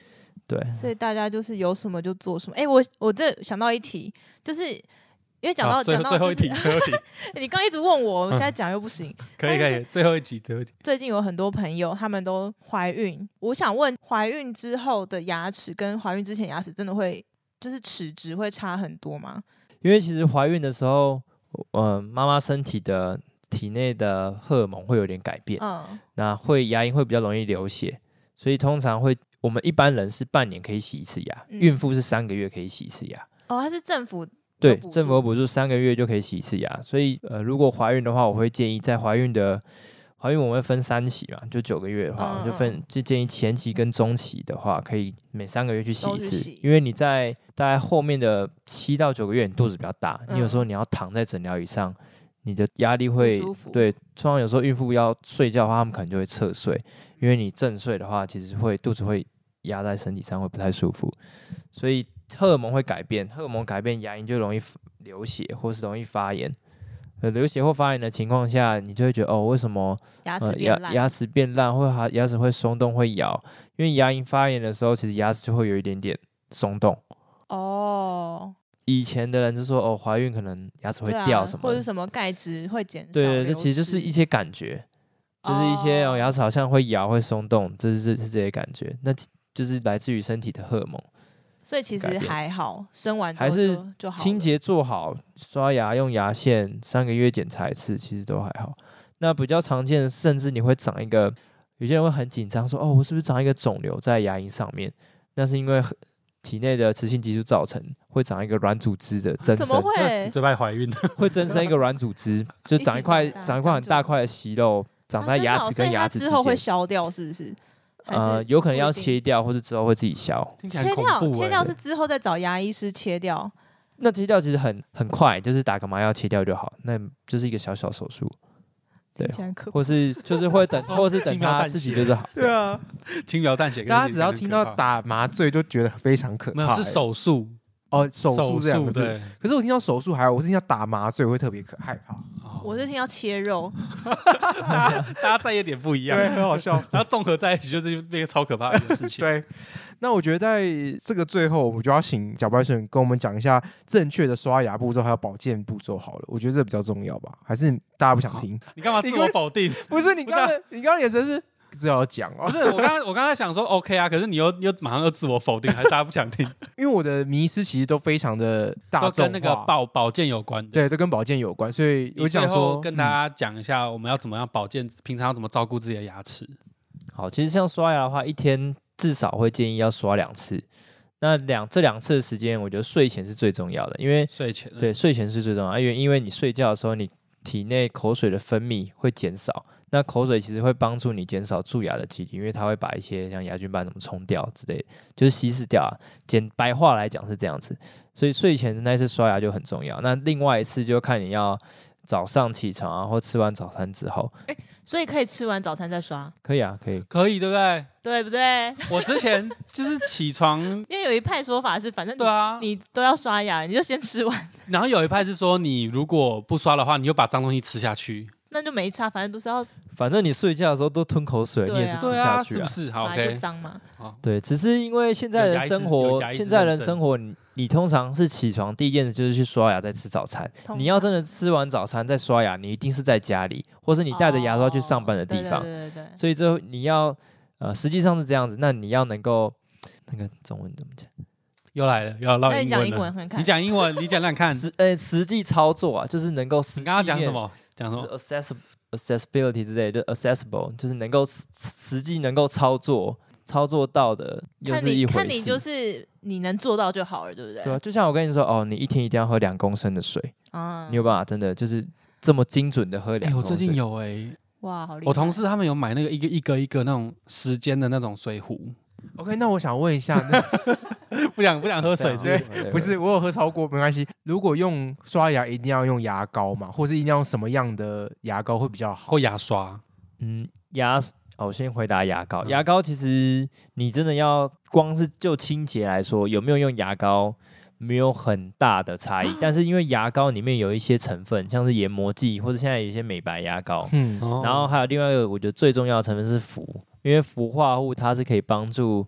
[SPEAKER 4] 对，
[SPEAKER 2] 所以大家就是有什么就做什么。我这想到一题，就是因为讲到
[SPEAKER 1] 最后一题，最后一题，
[SPEAKER 2] 你刚一直问我现在讲又不行。
[SPEAKER 1] 可以，最后一题。
[SPEAKER 2] 最近有很多朋友他们都怀孕，我想问，怀孕之后的牙齿跟怀孕之前牙齿真的会就是齿质会差很多吗？
[SPEAKER 4] 因为其实怀孕的时候，妈妈身体的体内的荷尔蒙会有点改变，那牙龈会比较容易流血，所以通常我们一般人是半年可以洗一次牙，孕妇是3个月可以洗一次牙。
[SPEAKER 2] 它是政府
[SPEAKER 4] 对，政府有补助3个月就可以洗一次牙，所以如果怀孕的话，我会建议在怀孕我们会分3期嘛，就9个月的话，就建议前期跟中期的话，可以每3个月去洗一次，因为你在大概后面的7到9个月，你肚子比较大，你有时候你要躺在诊疗椅上，你的压力会对，通常有时候孕妇要睡觉的话，他们可能就会侧睡，因为你正睡的话，其实肚子会压在身体上，会不太舒服，所以荷尔蒙会改变，牙龈就容易流血或是容易发炎。流血或发炎的情况下，你就会觉得为什么
[SPEAKER 2] 牙齿变烂，
[SPEAKER 4] 或者牙齿会松动会咬？因为牙龈发炎的时候，其实牙齿就会有一点点松动。以前的人就说怀孕可能牙齿会掉什么，
[SPEAKER 2] 或者什么钙质会减少。
[SPEAKER 4] 对，这其实就是一些感觉，就是一些牙齿好像会咬会松动，是这些感觉，那就是来自于身体的荷尔蒙。
[SPEAKER 2] 所以其实还好，生完之后
[SPEAKER 4] 还是
[SPEAKER 2] 就好了，
[SPEAKER 4] 清洁做好，刷牙用牙线，3个月检查一次，其实都还好。那比较常见的，甚至你会长一个，有些人会很紧张，说我是不是长一个肿瘤在牙龈上面？那是因为体内的雌性激素造成，会长一个软组织的增生。
[SPEAKER 2] 怎么会？
[SPEAKER 1] 嘴巴怀孕
[SPEAKER 4] 会增生一个软组织，就长一块很大块的息肉，长在牙齿跟牙齿之间。
[SPEAKER 2] 之后会消掉，是不是？
[SPEAKER 4] 有可能要切掉，或是之后会自己消。
[SPEAKER 2] 切掉是之后再找牙医师切掉。
[SPEAKER 4] 那切掉其实很快，就是打个麻药切掉就好，那就是一个小小手术。对，或是就是会等，或是等他自己就是好。
[SPEAKER 3] 对啊，
[SPEAKER 1] 轻描淡写。
[SPEAKER 3] 大家只要听到打麻醉就觉得非常可怕。
[SPEAKER 1] 没有，是手术。
[SPEAKER 3] 手术这样子。对。可是我听到手术还好，我是听到打麻醉我会特别害怕。
[SPEAKER 2] 我是听到切肉，
[SPEAKER 1] 大家在意点不一样，
[SPEAKER 3] 对，很好笑。
[SPEAKER 1] 然后综合在一起，就是变个超可怕的一件事情。
[SPEAKER 3] 对，那我觉得在这个最后，我们就要请小白鼠跟我们讲一下正确的刷牙步骤还有保健步骤好了。我觉得这比较重要吧？还是大家不想听？
[SPEAKER 1] 你干嘛自我否定？
[SPEAKER 3] 不是你刚刚眼神是。只要讲
[SPEAKER 1] 不是我刚才想说 OK 啊，可是你又马上又自我否定，还是大家不想听？
[SPEAKER 3] 因为我的迷思其实都非常的大众化，
[SPEAKER 1] 都跟那个保健有关的，
[SPEAKER 3] 对，都跟保健有关，所以我讲说
[SPEAKER 1] 跟大家讲一下，我们要怎么样保健，平常要怎么照顾自己的牙齿。
[SPEAKER 4] 好，其实像刷牙的话，一天至少会建议要刷2次。那这2次的时间，我觉得睡前是最重要的，因为睡前是最重要的，因为你睡觉的时候，你体内口水的分泌会减少。那口水其实会帮助你减少蛀牙的几率，因为它会把一些像牙菌斑什么冲掉之类的，就是稀释掉啊。白话来讲是这样子，所以睡前那一次刷牙就很重要。那另外一次就看你要早上起床啊，或吃完早餐之后。
[SPEAKER 2] 所以可以吃完早餐再刷？
[SPEAKER 4] 可以啊，可以，
[SPEAKER 1] 对不对？
[SPEAKER 2] 对不对？
[SPEAKER 1] 我之前就是起床，
[SPEAKER 2] 因为有一派说法是，反正
[SPEAKER 1] 对啊，
[SPEAKER 2] 你都要刷牙，你就先吃完。
[SPEAKER 1] 然后有一派是说，你如果不刷的话，你就把脏东西吃下去。
[SPEAKER 2] 那就没差，反正都是要。
[SPEAKER 4] 反正你睡觉的时候都吞口水，你也是吃下去
[SPEAKER 1] 是不是？好，
[SPEAKER 2] 就脏嘛。
[SPEAKER 4] 对，只是因为现在人生活，你通常是起床第一件事就是去刷牙，再吃早餐。你要真的吃完早餐再刷牙，你一定是在家里，或是你带着牙刷去上班的地方。
[SPEAKER 2] 对。
[SPEAKER 4] 所以最后你要实际上是这样子，那你要能够那个中文怎么讲？
[SPEAKER 1] 又来了，又要唠
[SPEAKER 2] 英文了。你
[SPEAKER 1] 讲英文，你讲讲看。
[SPEAKER 4] 实际操作啊，就是能够实际。
[SPEAKER 1] 你刚刚讲什么？讲什么
[SPEAKER 4] ？accessibility 之类的，就 accessible， 就是能够实际能够操作到的，又是一回事。
[SPEAKER 2] 看你就是你能做到就好了，对不对？
[SPEAKER 4] 对啊，就像我跟你说，你一天一定要喝2公升的水啊，你有办法真的就是这么精准的喝2公升？
[SPEAKER 1] 我最近有
[SPEAKER 2] 哇，好厉害！
[SPEAKER 1] 我同事他们有买那个一个那种时间的那种水壶。
[SPEAKER 3] OK， 那我想问一下，
[SPEAKER 1] 不想喝水，
[SPEAKER 3] 不是我有喝超过没关系。如果用刷牙一定要用牙膏嘛，或是一定要用什么样的牙膏会比较好？
[SPEAKER 1] 或牙刷？
[SPEAKER 4] 我先回答牙膏。牙膏其实你真的要光是就清洁来说，有没有用牙膏没有很大的差异，但是因为牙膏里面有一些成分，像是研磨剂或者现在有一些美白牙膏，然后还有另外一个我觉得最重要的成分是氟，因为氟化物它是可以帮助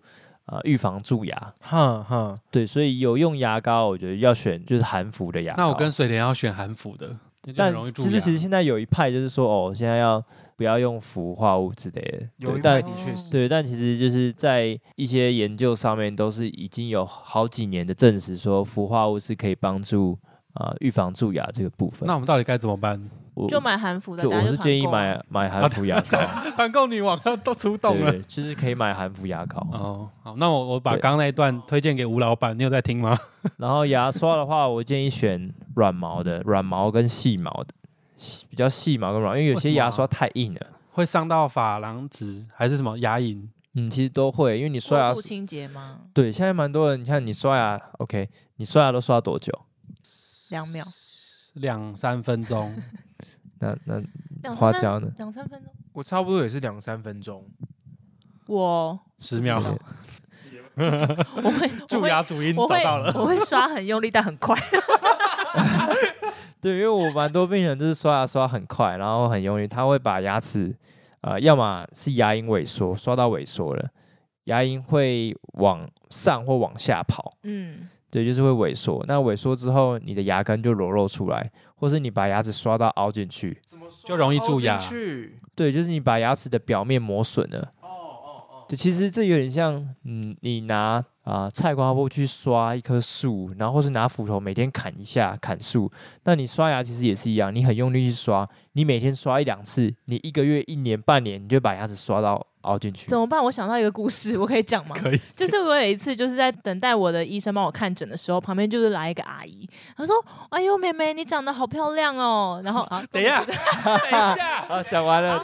[SPEAKER 4] 预防蛀牙。
[SPEAKER 3] 哼哼，
[SPEAKER 4] 对，所以有用牙膏，我觉得要选就是含氟的牙膏。
[SPEAKER 1] 那我跟水莲要选含氟的，就
[SPEAKER 4] 但
[SPEAKER 1] 很容易蛀牙。
[SPEAKER 4] 其实现在有一派就是说，哦，现在要不要用氟化物之类的。
[SPEAKER 3] 有一
[SPEAKER 4] 但
[SPEAKER 3] 派的确是。
[SPEAKER 4] 对，但其实就是在一些研究上面都是已经有好几年的证实说，氟化物是可以帮助预防蛀牙这个部分。
[SPEAKER 1] 那我们到底该怎么办？
[SPEAKER 2] 就买含氟的，
[SPEAKER 4] 我是建议
[SPEAKER 2] 买
[SPEAKER 4] 买含氟牙膏，
[SPEAKER 1] 团购女王都出动了。
[SPEAKER 4] 对，就是可以买含氟牙膏。
[SPEAKER 1] 哦，好，那我把刚刚那一段推荐给吴老板，你有在听吗？
[SPEAKER 4] 然后牙刷的话，我建议选软毛的，软毛跟细毛的，比较细毛跟软，因为有些牙刷太硬了，
[SPEAKER 1] 会伤到珐琅质还是什么牙龈？
[SPEAKER 4] 其实都会，因为你刷牙
[SPEAKER 2] 过度清洁吗？
[SPEAKER 4] 对，现在蛮多人，你看你刷牙 ，OK， 你刷牙都刷多久
[SPEAKER 2] 2秒
[SPEAKER 1] 2-3分钟。
[SPEAKER 4] 那花椒呢
[SPEAKER 2] ？2-3分钟。
[SPEAKER 3] 我差不多也是2-3分钟。
[SPEAKER 2] 我
[SPEAKER 1] 10秒。
[SPEAKER 2] 我会
[SPEAKER 1] 蛀牙主因
[SPEAKER 2] 我会
[SPEAKER 1] 找到了。
[SPEAKER 2] 我会刷很用力，但很快。
[SPEAKER 4] 对，因为我蛮多病人就是刷牙刷很快，然后很用力，他会把牙齿，要么是牙龈萎缩，刷到萎缩了，牙龈会往上或往下跑。对，就是会萎缩。那萎缩之后，你的牙根就裸露出来，或是你把牙齿刷到凹进去，
[SPEAKER 1] 就容易蛀牙。
[SPEAKER 4] 对，就是你把牙齿的表面磨损了。对，其实这有点像，你拿菜瓜布去刷一棵树，然后或是拿斧头每天砍一下砍树。那你刷牙其实也是一样，你很用力去刷，你每天刷1-2次，你1个月、1年、半年，你就把牙齿刷到凹进去。
[SPEAKER 2] 怎么办？我想到一个故事，我可以讲吗？
[SPEAKER 1] 可以。
[SPEAKER 2] 就是我有一次就是在等待我的医生帮我看诊的时候，旁边就是来一个阿姨，她说：“哎呦，妹妹，你长得好漂亮哦。”然后
[SPEAKER 1] 等一下，
[SPEAKER 4] 讲完了，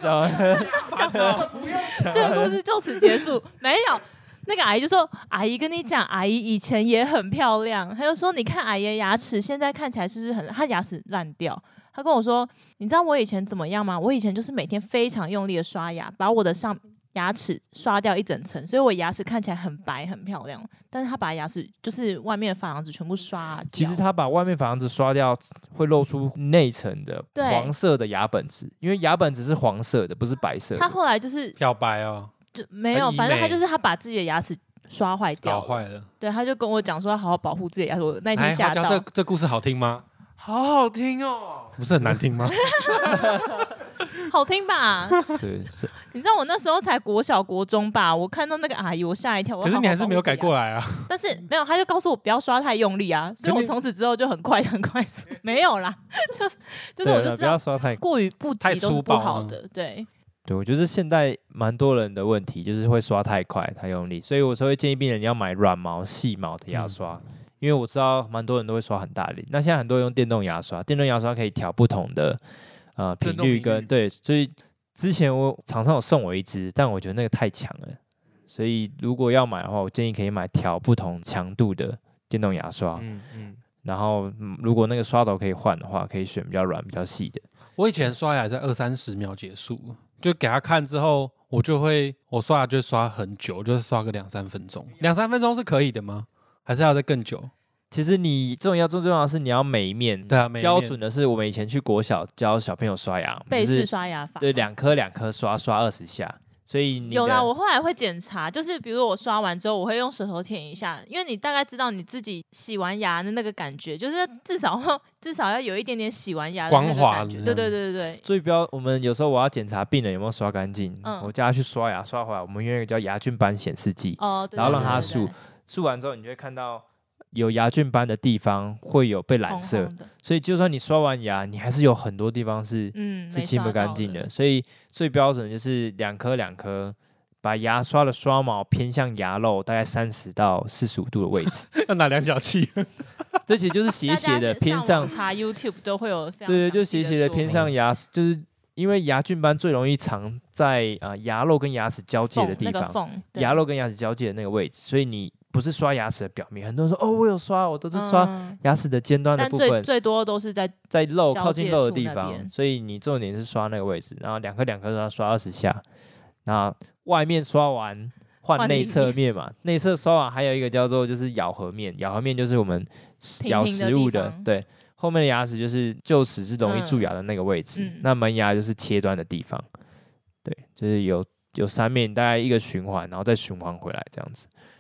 [SPEAKER 2] 这个故事就此结束。没有，那个阿姨就说：“阿姨跟你讲，阿姨以前也很漂亮。”她就说：“你看阿姨的牙齿现在看起来是不是很……她牙齿烂掉。”她跟我说：“你知道我以前怎么样吗？我以前就是每天非常用力的刷牙，把我的牙齿刷掉1整层，所以我牙齿看起来很白很漂亮。但是她把牙齿就是外面的珐琅质全部刷掉。
[SPEAKER 4] 其实她把外面珐琅质刷掉，会露出内层的黄色的牙本质，因为牙本质是黄色的，不是白色的。
[SPEAKER 2] 她后来就是
[SPEAKER 1] 漂白哦。
[SPEAKER 2] 就没有，反正他把自己的牙齿刷坏掉，
[SPEAKER 1] 搞坏了。
[SPEAKER 2] 对，他就跟我讲说要好好保护自己的牙齿。我那天吓到。
[SPEAKER 1] 这故事好听吗？
[SPEAKER 3] 好好听哦，
[SPEAKER 1] 不是很难听吗？
[SPEAKER 2] 好听吧？
[SPEAKER 4] 对，
[SPEAKER 2] 你知道我那时候才国小国中吧，我看到那个阿姨，我吓一跳。
[SPEAKER 1] 可是你还是没有改过来啊。
[SPEAKER 2] 但是没有，他就告诉我不要刷太用力啊，所以我从此之后就很快没有啦，就是我就知道
[SPEAKER 4] 不要刷太
[SPEAKER 2] 过于不及都是不好的，对。
[SPEAKER 4] 对，我觉得现在蛮多人的问题就是会刷太快、太用力，所以我才会建议病人要买软毛、细毛的牙刷，因为我知道蛮多人都会刷很大力。那现在很多人用电动牙刷，电动牙刷可以调不同的频率跟对，所以之前厂商有送我一支，但我觉得那个太强了，所以如果要买的话，我建议可以买调不同强度的电动牙刷。然后如果那个刷头可以换的话，可以选比较软、比较细的。
[SPEAKER 1] 我以前刷牙在20-30秒结束，就给他看之后，我刷牙就会刷很久，就是刷个2-3分钟。2-3分钟是可以的吗？还是要再更久？
[SPEAKER 4] 其实你最重要的是你要每一面，
[SPEAKER 1] 对啊，每一面
[SPEAKER 4] 标准的是我们以前去国小教小朋友刷牙，
[SPEAKER 2] 背式刷牙法，
[SPEAKER 4] 对，2颗刷20下。所以
[SPEAKER 2] 有啦，我后来会检查，就是比如我刷完之后，我会用舌头舔一下，因为你大概知道你自己洗完牙的那个感觉，就是至少要有一点点洗完牙的那个感觉。对。
[SPEAKER 4] 最我们有时候我要检查病人有没有刷干净，我叫他去刷牙，刷回来我们用一个叫牙菌斑显示剂，然后让他漱完之后，你就会看到有牙菌斑的地方会有被染色，所以就算你刷完牙，你还是有很多地方是清不干净的。所以最标准就是2颗，把牙刷的刷毛偏向牙肉大概30到45度的位置。
[SPEAKER 1] 要拿量角器。
[SPEAKER 4] 这其实就是斜斜的偏向。
[SPEAKER 2] 查 YouTube 都会有非常
[SPEAKER 4] 对，就斜斜的偏向牙，就是因为牙菌斑最容易藏在牙肉跟牙齿交界的地方，牙肉跟牙齿交界的那个位置，所以你不是刷牙齿的表面，很多人说我有刷，我都是刷牙齿的尖端的部分，
[SPEAKER 2] 但最多都是在
[SPEAKER 4] 肉靠近肉的地方，所以你重点是刷那个位置，然后2颗都要刷20下，然后外面刷完换内侧面嘛，内侧刷完还有一个叫做就是咬合面，咬合面就是我们咬食物的，对，后面的牙齿就是臼齿是容易蛀牙的那个位置，那门牙就是切端的地方，对，就是有3面大概一个循环，然后再循环回来这样子。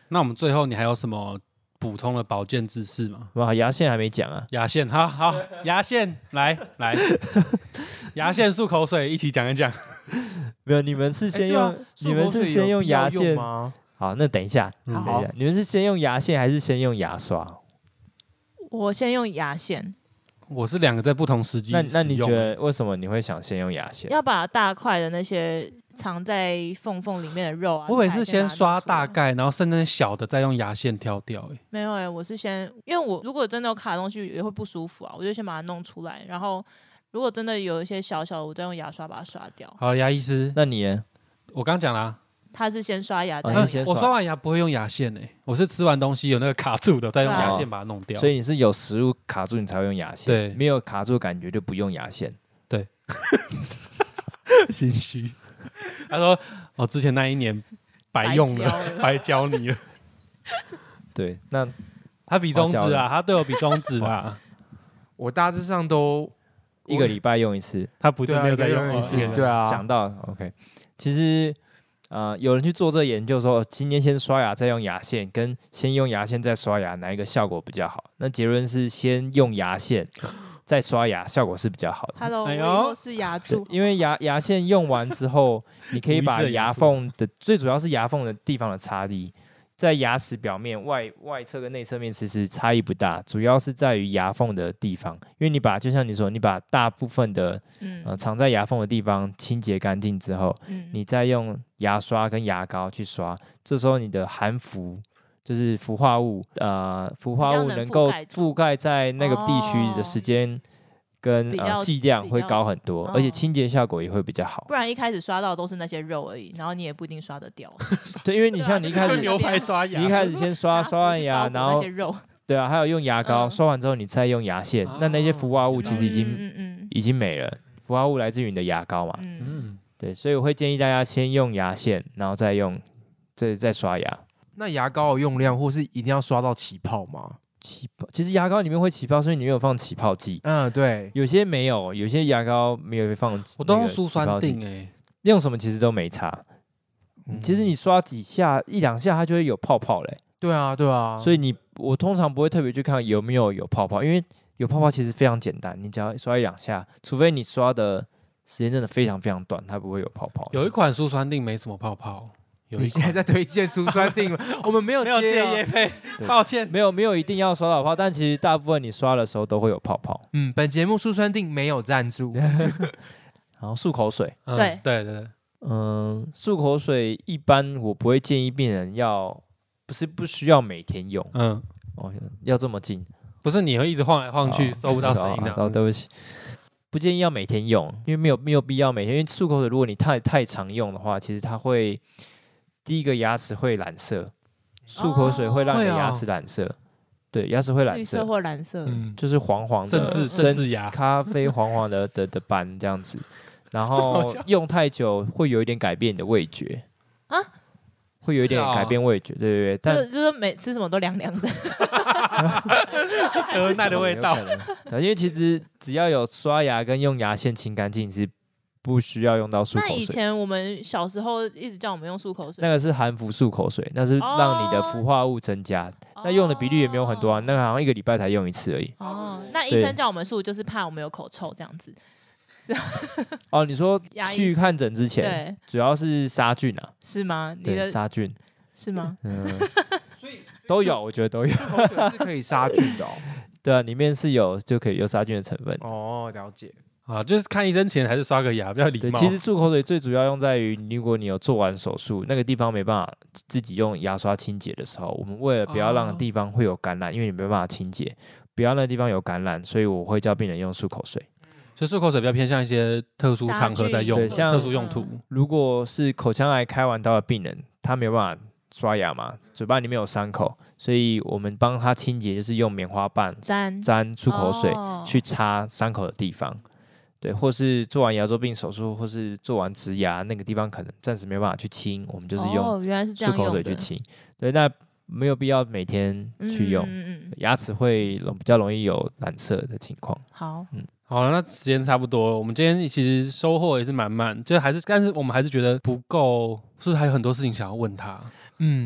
[SPEAKER 1] 那我们最后你还有什么补充的保健知识吗？
[SPEAKER 4] 哇，牙线还没讲啊。
[SPEAKER 1] 牙线，好，牙线，来，牙线漱口水一起讲一讲。
[SPEAKER 4] 没有，你们是先用，你们是先用牙线
[SPEAKER 3] 吗？
[SPEAKER 4] 好，那等一下，等一下，你们是先用牙线还是先用牙刷？
[SPEAKER 2] 我先用牙线。
[SPEAKER 1] 我是两个在不同时机使用。
[SPEAKER 4] 那你觉得为什么你会想先用牙线？
[SPEAKER 2] 要把大块的那些藏在缝缝里面的肉啊，
[SPEAKER 1] 我以为是先刷大概，然后剩那小的再用牙线挑掉。
[SPEAKER 2] 没有我是先，因为我如果真的有卡东西也会不舒服啊，我就先把它弄出来，然后如果真的有一些小小的，我再用牙刷把它刷掉。
[SPEAKER 1] 好，牙医师，
[SPEAKER 4] 那你呢？
[SPEAKER 1] 我刚讲啦。
[SPEAKER 2] 他是先刷牙，
[SPEAKER 1] 我刷完牙不会用牙线我是吃完东西有那个卡住的，再用牙线把它弄掉。
[SPEAKER 4] 所以你是有食物卡住你才会用牙线，
[SPEAKER 1] 对，
[SPEAKER 4] 没有卡住感觉就不用牙线。
[SPEAKER 1] 对，心虚。他说：“我之前那一年白用了，白教你了。”
[SPEAKER 4] 对，那
[SPEAKER 1] 他比中指啊，他对我比中指啊。
[SPEAKER 3] 我大致上都
[SPEAKER 4] 1个礼拜用一次，
[SPEAKER 1] 他不就没有再用一次？
[SPEAKER 3] 对啊，
[SPEAKER 4] 想到 OK。其实有人去做这个研究说，今天先刷牙再用牙线，跟先用牙线再刷牙，哪一个效果比较好？那结论是先用牙线再刷牙，效果是比较好的。
[SPEAKER 2] Hello， 我是牙柱，
[SPEAKER 4] 因为牙线用完之后，你可以把牙缝的最主要是牙缝的地方的差异，在牙齿表面外侧跟内侧面其实差异不大，主要是在于牙缝的地方。因为你就像你说，你把大部分的藏在牙缝的地方清洁干净之后，你再用牙刷跟牙膏去刷，这时候你的含氟就是氟化物能够覆盖在那个地区的时间跟剂量会高很多，而且清洁效果也会比较好。
[SPEAKER 2] 不然一开始刷到的都是那些肉而已，然后你也不一定刷得掉。
[SPEAKER 4] 对，因为你像你一开始
[SPEAKER 1] 牛排刷牙，
[SPEAKER 4] 你一开始先刷完牙，然后
[SPEAKER 2] 那些肉，
[SPEAKER 4] 对啊，还有用牙膏刷完之后你再用牙线，那些氟化物其实已经没了，氟化物来自于你的牙膏嘛。对，所以我会建议大家先用牙线，然后再刷牙。
[SPEAKER 3] 那牙膏的用量或是一定要刷到起泡吗？
[SPEAKER 4] 其实牙膏里面会起泡，所以里面有放起泡剂。
[SPEAKER 3] 对，
[SPEAKER 4] 有些没有，有些牙膏没有放。
[SPEAKER 1] 我都用舒酸定
[SPEAKER 4] 用什么其实都没差。其实你刷几下1-2下，它就会有泡泡嘞。
[SPEAKER 3] 对啊。
[SPEAKER 4] 所以我通常不会特别去看有没有泡泡，因为有泡泡其实非常简单，你只要刷1-2下，除非你刷的时间真的非常非常短，它不会有泡泡。
[SPEAKER 1] 有一款舒酸定没什么泡泡。
[SPEAKER 3] 你现在在推荐舒酸定了？我们没有接
[SPEAKER 1] 业配，抱歉，
[SPEAKER 4] 没有一定要刷到泡，但其实大部分你刷的时候都会有泡泡。
[SPEAKER 3] 本节目舒酸定没有赞助。
[SPEAKER 4] 然后漱口水，
[SPEAKER 2] 对，
[SPEAKER 4] 漱口水一般我不会建议病人不需要每天用，要这么近，
[SPEAKER 1] 不是你会一直晃来晃去收不到声音的。
[SPEAKER 4] 对不起。不建议要每天用，因为没有必要每天。因为漱口水如果你太常用的话，其实它会第一个牙齿会染色，漱口水会让你的牙齿染色。对，牙齿会染色，
[SPEAKER 2] 绿色或蓝色，
[SPEAKER 4] 就是黄黄的
[SPEAKER 1] 政治牙，
[SPEAKER 4] 咖啡黄黄的斑这样子。然后用太久会有一点改变你的味觉啊。会有一点改变味觉，对，但
[SPEAKER 2] 就是每吃什么都凉凉的，
[SPEAKER 1] 喝奶的味道。
[SPEAKER 4] 因为其实只要有刷牙跟用牙线清干净，是不需要用到漱口水。
[SPEAKER 2] 那以前我们小时候一直叫我们用漱口水，
[SPEAKER 4] 那个是含氟漱口水，那是让你的氟化物增加，那用的比例也没有很多啊，那个好像1个礼拜才用1次而已。
[SPEAKER 2] 那医生叫我们漱，就是怕我们有口臭这样子。
[SPEAKER 4] 你说去看诊之前，主要是杀菌啊？
[SPEAKER 2] 是吗？
[SPEAKER 4] 你的杀菌
[SPEAKER 2] 是吗？
[SPEAKER 4] 所以都有，我觉得都有。
[SPEAKER 3] 漱口水是可以杀菌的。
[SPEAKER 4] 对啊，里面是就可以有杀菌的成分。
[SPEAKER 3] 了解。
[SPEAKER 1] 就是看医生前还是刷个牙比较礼貌。
[SPEAKER 4] 其实漱口水最主要用在于，如果你有做完手术，那个地方没办法自己用牙刷清洁的时候，我们为了不要让地方会有感染，因为你没办法清洁，不要那个地方有感染，所以我会叫病人用漱口水。
[SPEAKER 1] 所以漱口水比较偏向一些特殊场合在用，像特殊用途。
[SPEAKER 4] 如果是口腔癌开完刀的病人，他没有办法刷牙嘛，嘴巴里面有伤口，所以我们帮他清洁，就是用棉花棒沾漱口水去擦伤口的地方。对，或是做完牙周病手术，或是做完植牙，那个地方可能暂时没有办法去清，我们就是用漱口水去清。对，那没有必要每天去用，牙齿会比较容易有染色的情况。
[SPEAKER 1] 好了，那时间差不多了。我们今天其实收获也是满满，但是我们还是觉得不够，是不是还有很多事情想要问他？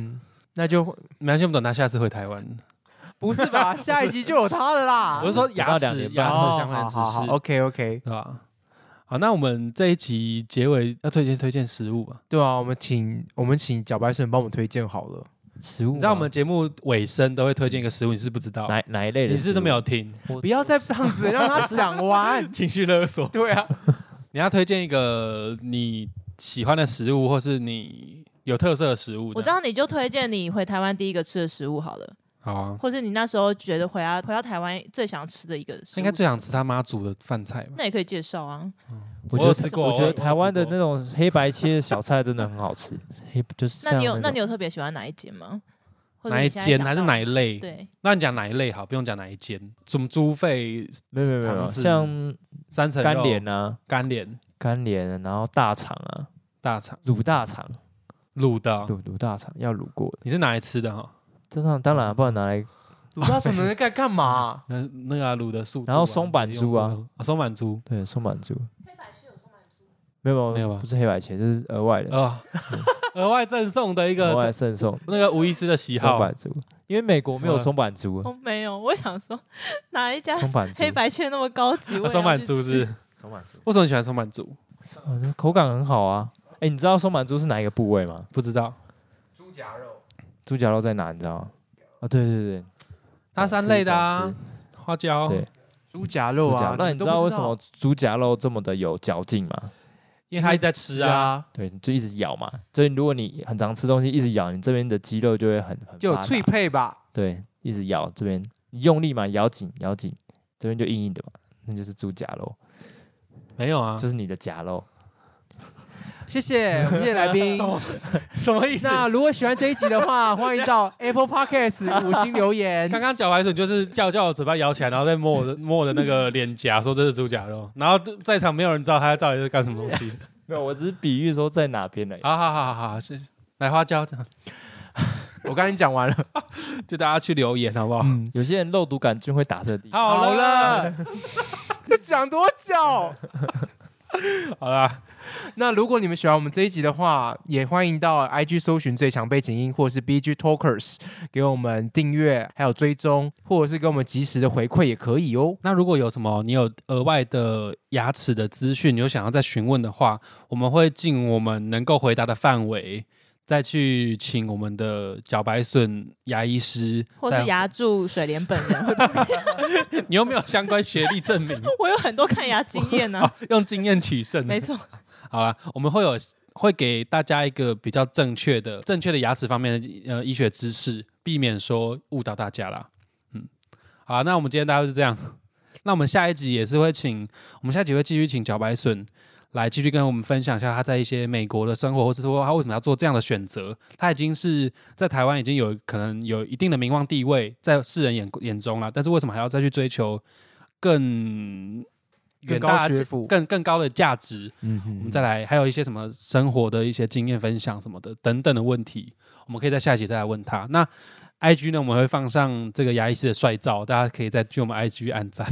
[SPEAKER 3] 那就
[SPEAKER 1] 没关系，我们等他下次回台湾。
[SPEAKER 3] 不是吧？下一集就有他的啦。
[SPEAKER 1] 我是说牙齿
[SPEAKER 4] 2年
[SPEAKER 1] 牙齿
[SPEAKER 3] 哦
[SPEAKER 1] 相关的知识，
[SPEAKER 3] 好好好 OK，
[SPEAKER 1] 对吧？好，那我们这一集结尾要推荐食物吧。
[SPEAKER 3] 对啊，我们请茭白笋帮我们推荐好了。
[SPEAKER 4] 食物吗，
[SPEAKER 1] 你知道我们节目尾声都会推荐一个食物，你是不知道？
[SPEAKER 4] 哪一类的？
[SPEAKER 1] 你是都没有听，
[SPEAKER 3] 不要再这样子让他讲完。
[SPEAKER 1] 情绪勒索。
[SPEAKER 3] 对啊，
[SPEAKER 1] 你要推荐一个你喜欢的食物，或是你有特色的食物。
[SPEAKER 2] 我知道，你就推荐你回台湾第一个吃的食物好了，
[SPEAKER 1] 好啊，
[SPEAKER 2] 或是你那时候觉得回到台湾最想吃的一个食物，
[SPEAKER 1] 应该最想吃他妈煮的饭菜吧？
[SPEAKER 2] 那也可以介绍啊。
[SPEAKER 4] 我觉得
[SPEAKER 1] 我有吃过
[SPEAKER 4] 我觉得台湾的
[SPEAKER 1] 我有吃
[SPEAKER 4] 那种黑白切的小菜真的很好吃，就是
[SPEAKER 2] 那你有
[SPEAKER 4] 像种
[SPEAKER 2] 那你有特别喜欢哪一间吗？或者
[SPEAKER 1] 哪一
[SPEAKER 2] 你现在想到
[SPEAKER 1] 间还是哪一类？
[SPEAKER 2] 对，
[SPEAKER 1] 那你讲哪一类好，不用讲哪一间。什么猪肺、
[SPEAKER 4] 没有
[SPEAKER 1] 肠子
[SPEAKER 4] 像
[SPEAKER 1] 三层肉
[SPEAKER 4] 干莲啊、
[SPEAKER 1] 干莲、
[SPEAKER 4] 然后大肠啊、
[SPEAKER 1] 大肠、
[SPEAKER 4] 卤大肠、
[SPEAKER 1] 卤的哦。
[SPEAKER 4] 卤大肠要卤过的，
[SPEAKER 1] 你是拿来吃的哈？
[SPEAKER 4] 当然不然拿来
[SPEAKER 3] 卤到什么干嘛？
[SPEAKER 1] 那个卤的素，
[SPEAKER 4] 然后松板猪啊，
[SPEAKER 1] 松板猪
[SPEAKER 4] 对松板猪。没有
[SPEAKER 1] 没有吧
[SPEAKER 4] 不是黑白切，这是额外的，
[SPEAKER 1] 哦，额外赠送的一
[SPEAKER 4] 额外
[SPEAKER 1] 个
[SPEAKER 4] 赠送
[SPEAKER 1] 那个吴医师的喜好
[SPEAKER 4] 松。板猪，因为美国没有松板猪，
[SPEAKER 2] 哦没有，我想说哪一家
[SPEAKER 4] 松板猪
[SPEAKER 2] 黑白切那么高级，我也要
[SPEAKER 1] 松板
[SPEAKER 2] 去吃
[SPEAKER 1] 猪是
[SPEAKER 4] 松板猪，
[SPEAKER 1] 为什么你喜欢松板猪？
[SPEAKER 4] 这口感很好啊。哎，你知道松板猪是哪一个部位吗？
[SPEAKER 1] 不知道，
[SPEAKER 3] 猪夹肉。
[SPEAKER 4] 猪脚肉在哪？你知道吗？啊，对，
[SPEAKER 1] 它三类的
[SPEAKER 4] 敢
[SPEAKER 1] 啊
[SPEAKER 4] 吃，
[SPEAKER 1] 花椒。
[SPEAKER 4] 对，
[SPEAKER 3] 猪夹肉啊，
[SPEAKER 4] 那你知道为什么猪夹肉这么的有嚼劲吗？
[SPEAKER 1] 因为它一直在吃啊。？
[SPEAKER 4] 对，你就一直咬嘛。所以如果你很常吃东西，一直咬，你这边的肌肉就会很
[SPEAKER 3] 就有
[SPEAKER 4] 发达
[SPEAKER 3] 脆配吧？
[SPEAKER 4] 对，一直咬这边，你用力嘛，咬紧，这边就硬硬的嘛，那就是猪夹肉，
[SPEAKER 1] 没有啊，
[SPEAKER 4] 就是你的夹肉。
[SPEAKER 3] 谢谢来宾。
[SPEAKER 1] 什么意思？
[SPEAKER 3] 那如果喜欢这一集的话，欢迎到 Apple Podcast 5星留言。
[SPEAKER 1] 刚刚脚白笋就是叫我嘴巴摇起来，然后再摸我的那个脸颊，说这是猪夹肉，然后在场没有人知道他到底是干什么东西。
[SPEAKER 4] 没有，我只是比喻说在哪边而已。
[SPEAKER 1] 好，谢谢。来花椒，
[SPEAKER 3] 我刚才讲完了。
[SPEAKER 1] 就大家去留言好不好？
[SPEAKER 4] 有些人肉毒杆菌会打这地，
[SPEAKER 1] 好了，
[SPEAKER 3] 这讲多久？
[SPEAKER 1] 好啦，
[SPEAKER 3] 那如果你们喜欢我们这一集的话，也欢迎到 IG 搜寻最强背景音，或是 BG Talkers 给我们订阅，还有追踪，或者是给我们及时的回馈也可以哦。
[SPEAKER 1] 那如果有什么你有额外的牙齿的资讯，你有想要再询问的话，我们会尽我们能够回答的范围，再去请我们的脚白笋牙医师，
[SPEAKER 2] 或是牙助水莲本人，
[SPEAKER 1] 你有没有相关学历证明？
[SPEAKER 2] 我有很多看牙经验呢、
[SPEAKER 1] 哦，用经验取胜。
[SPEAKER 2] 没错，
[SPEAKER 1] 好啦，我们会给大家一个比较正确的牙齿方面的医学知识，避免说误导大家啦。好啦，那我们今天大概是这样。那我们下一集也是会继续请脚白笋来继续跟我们分享一下他在一些美国的生活，或是说他为什么要做这样的选择。他已经是在台湾已经可能有一定的名望地位在世人眼中了，但是为什么还要再去追求更
[SPEAKER 3] 高学府
[SPEAKER 1] 更高的价值？我们再来还有一些什么生活的一些经验分享什么的等等的问题，我们可以在下一集再来问他。那 IG 呢，我们会放上这个牙医师的帅照，大家可以再去我们 IG 按赞。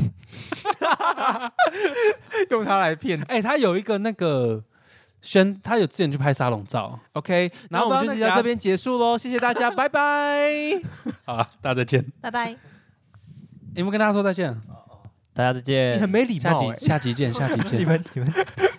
[SPEAKER 3] 用它来骗。
[SPEAKER 1] 他有一个那个他有之前去拍沙龙照。
[SPEAKER 3] OK， 那我们就到这边结束喽，谢谢大家，拜拜。
[SPEAKER 1] 好，大家再见。
[SPEAKER 2] 拜拜。
[SPEAKER 1] 你们跟大家说再见。
[SPEAKER 4] 大家再见。
[SPEAKER 3] 你很没礼貌、
[SPEAKER 1] 下集见，下集见。
[SPEAKER 3] 你们。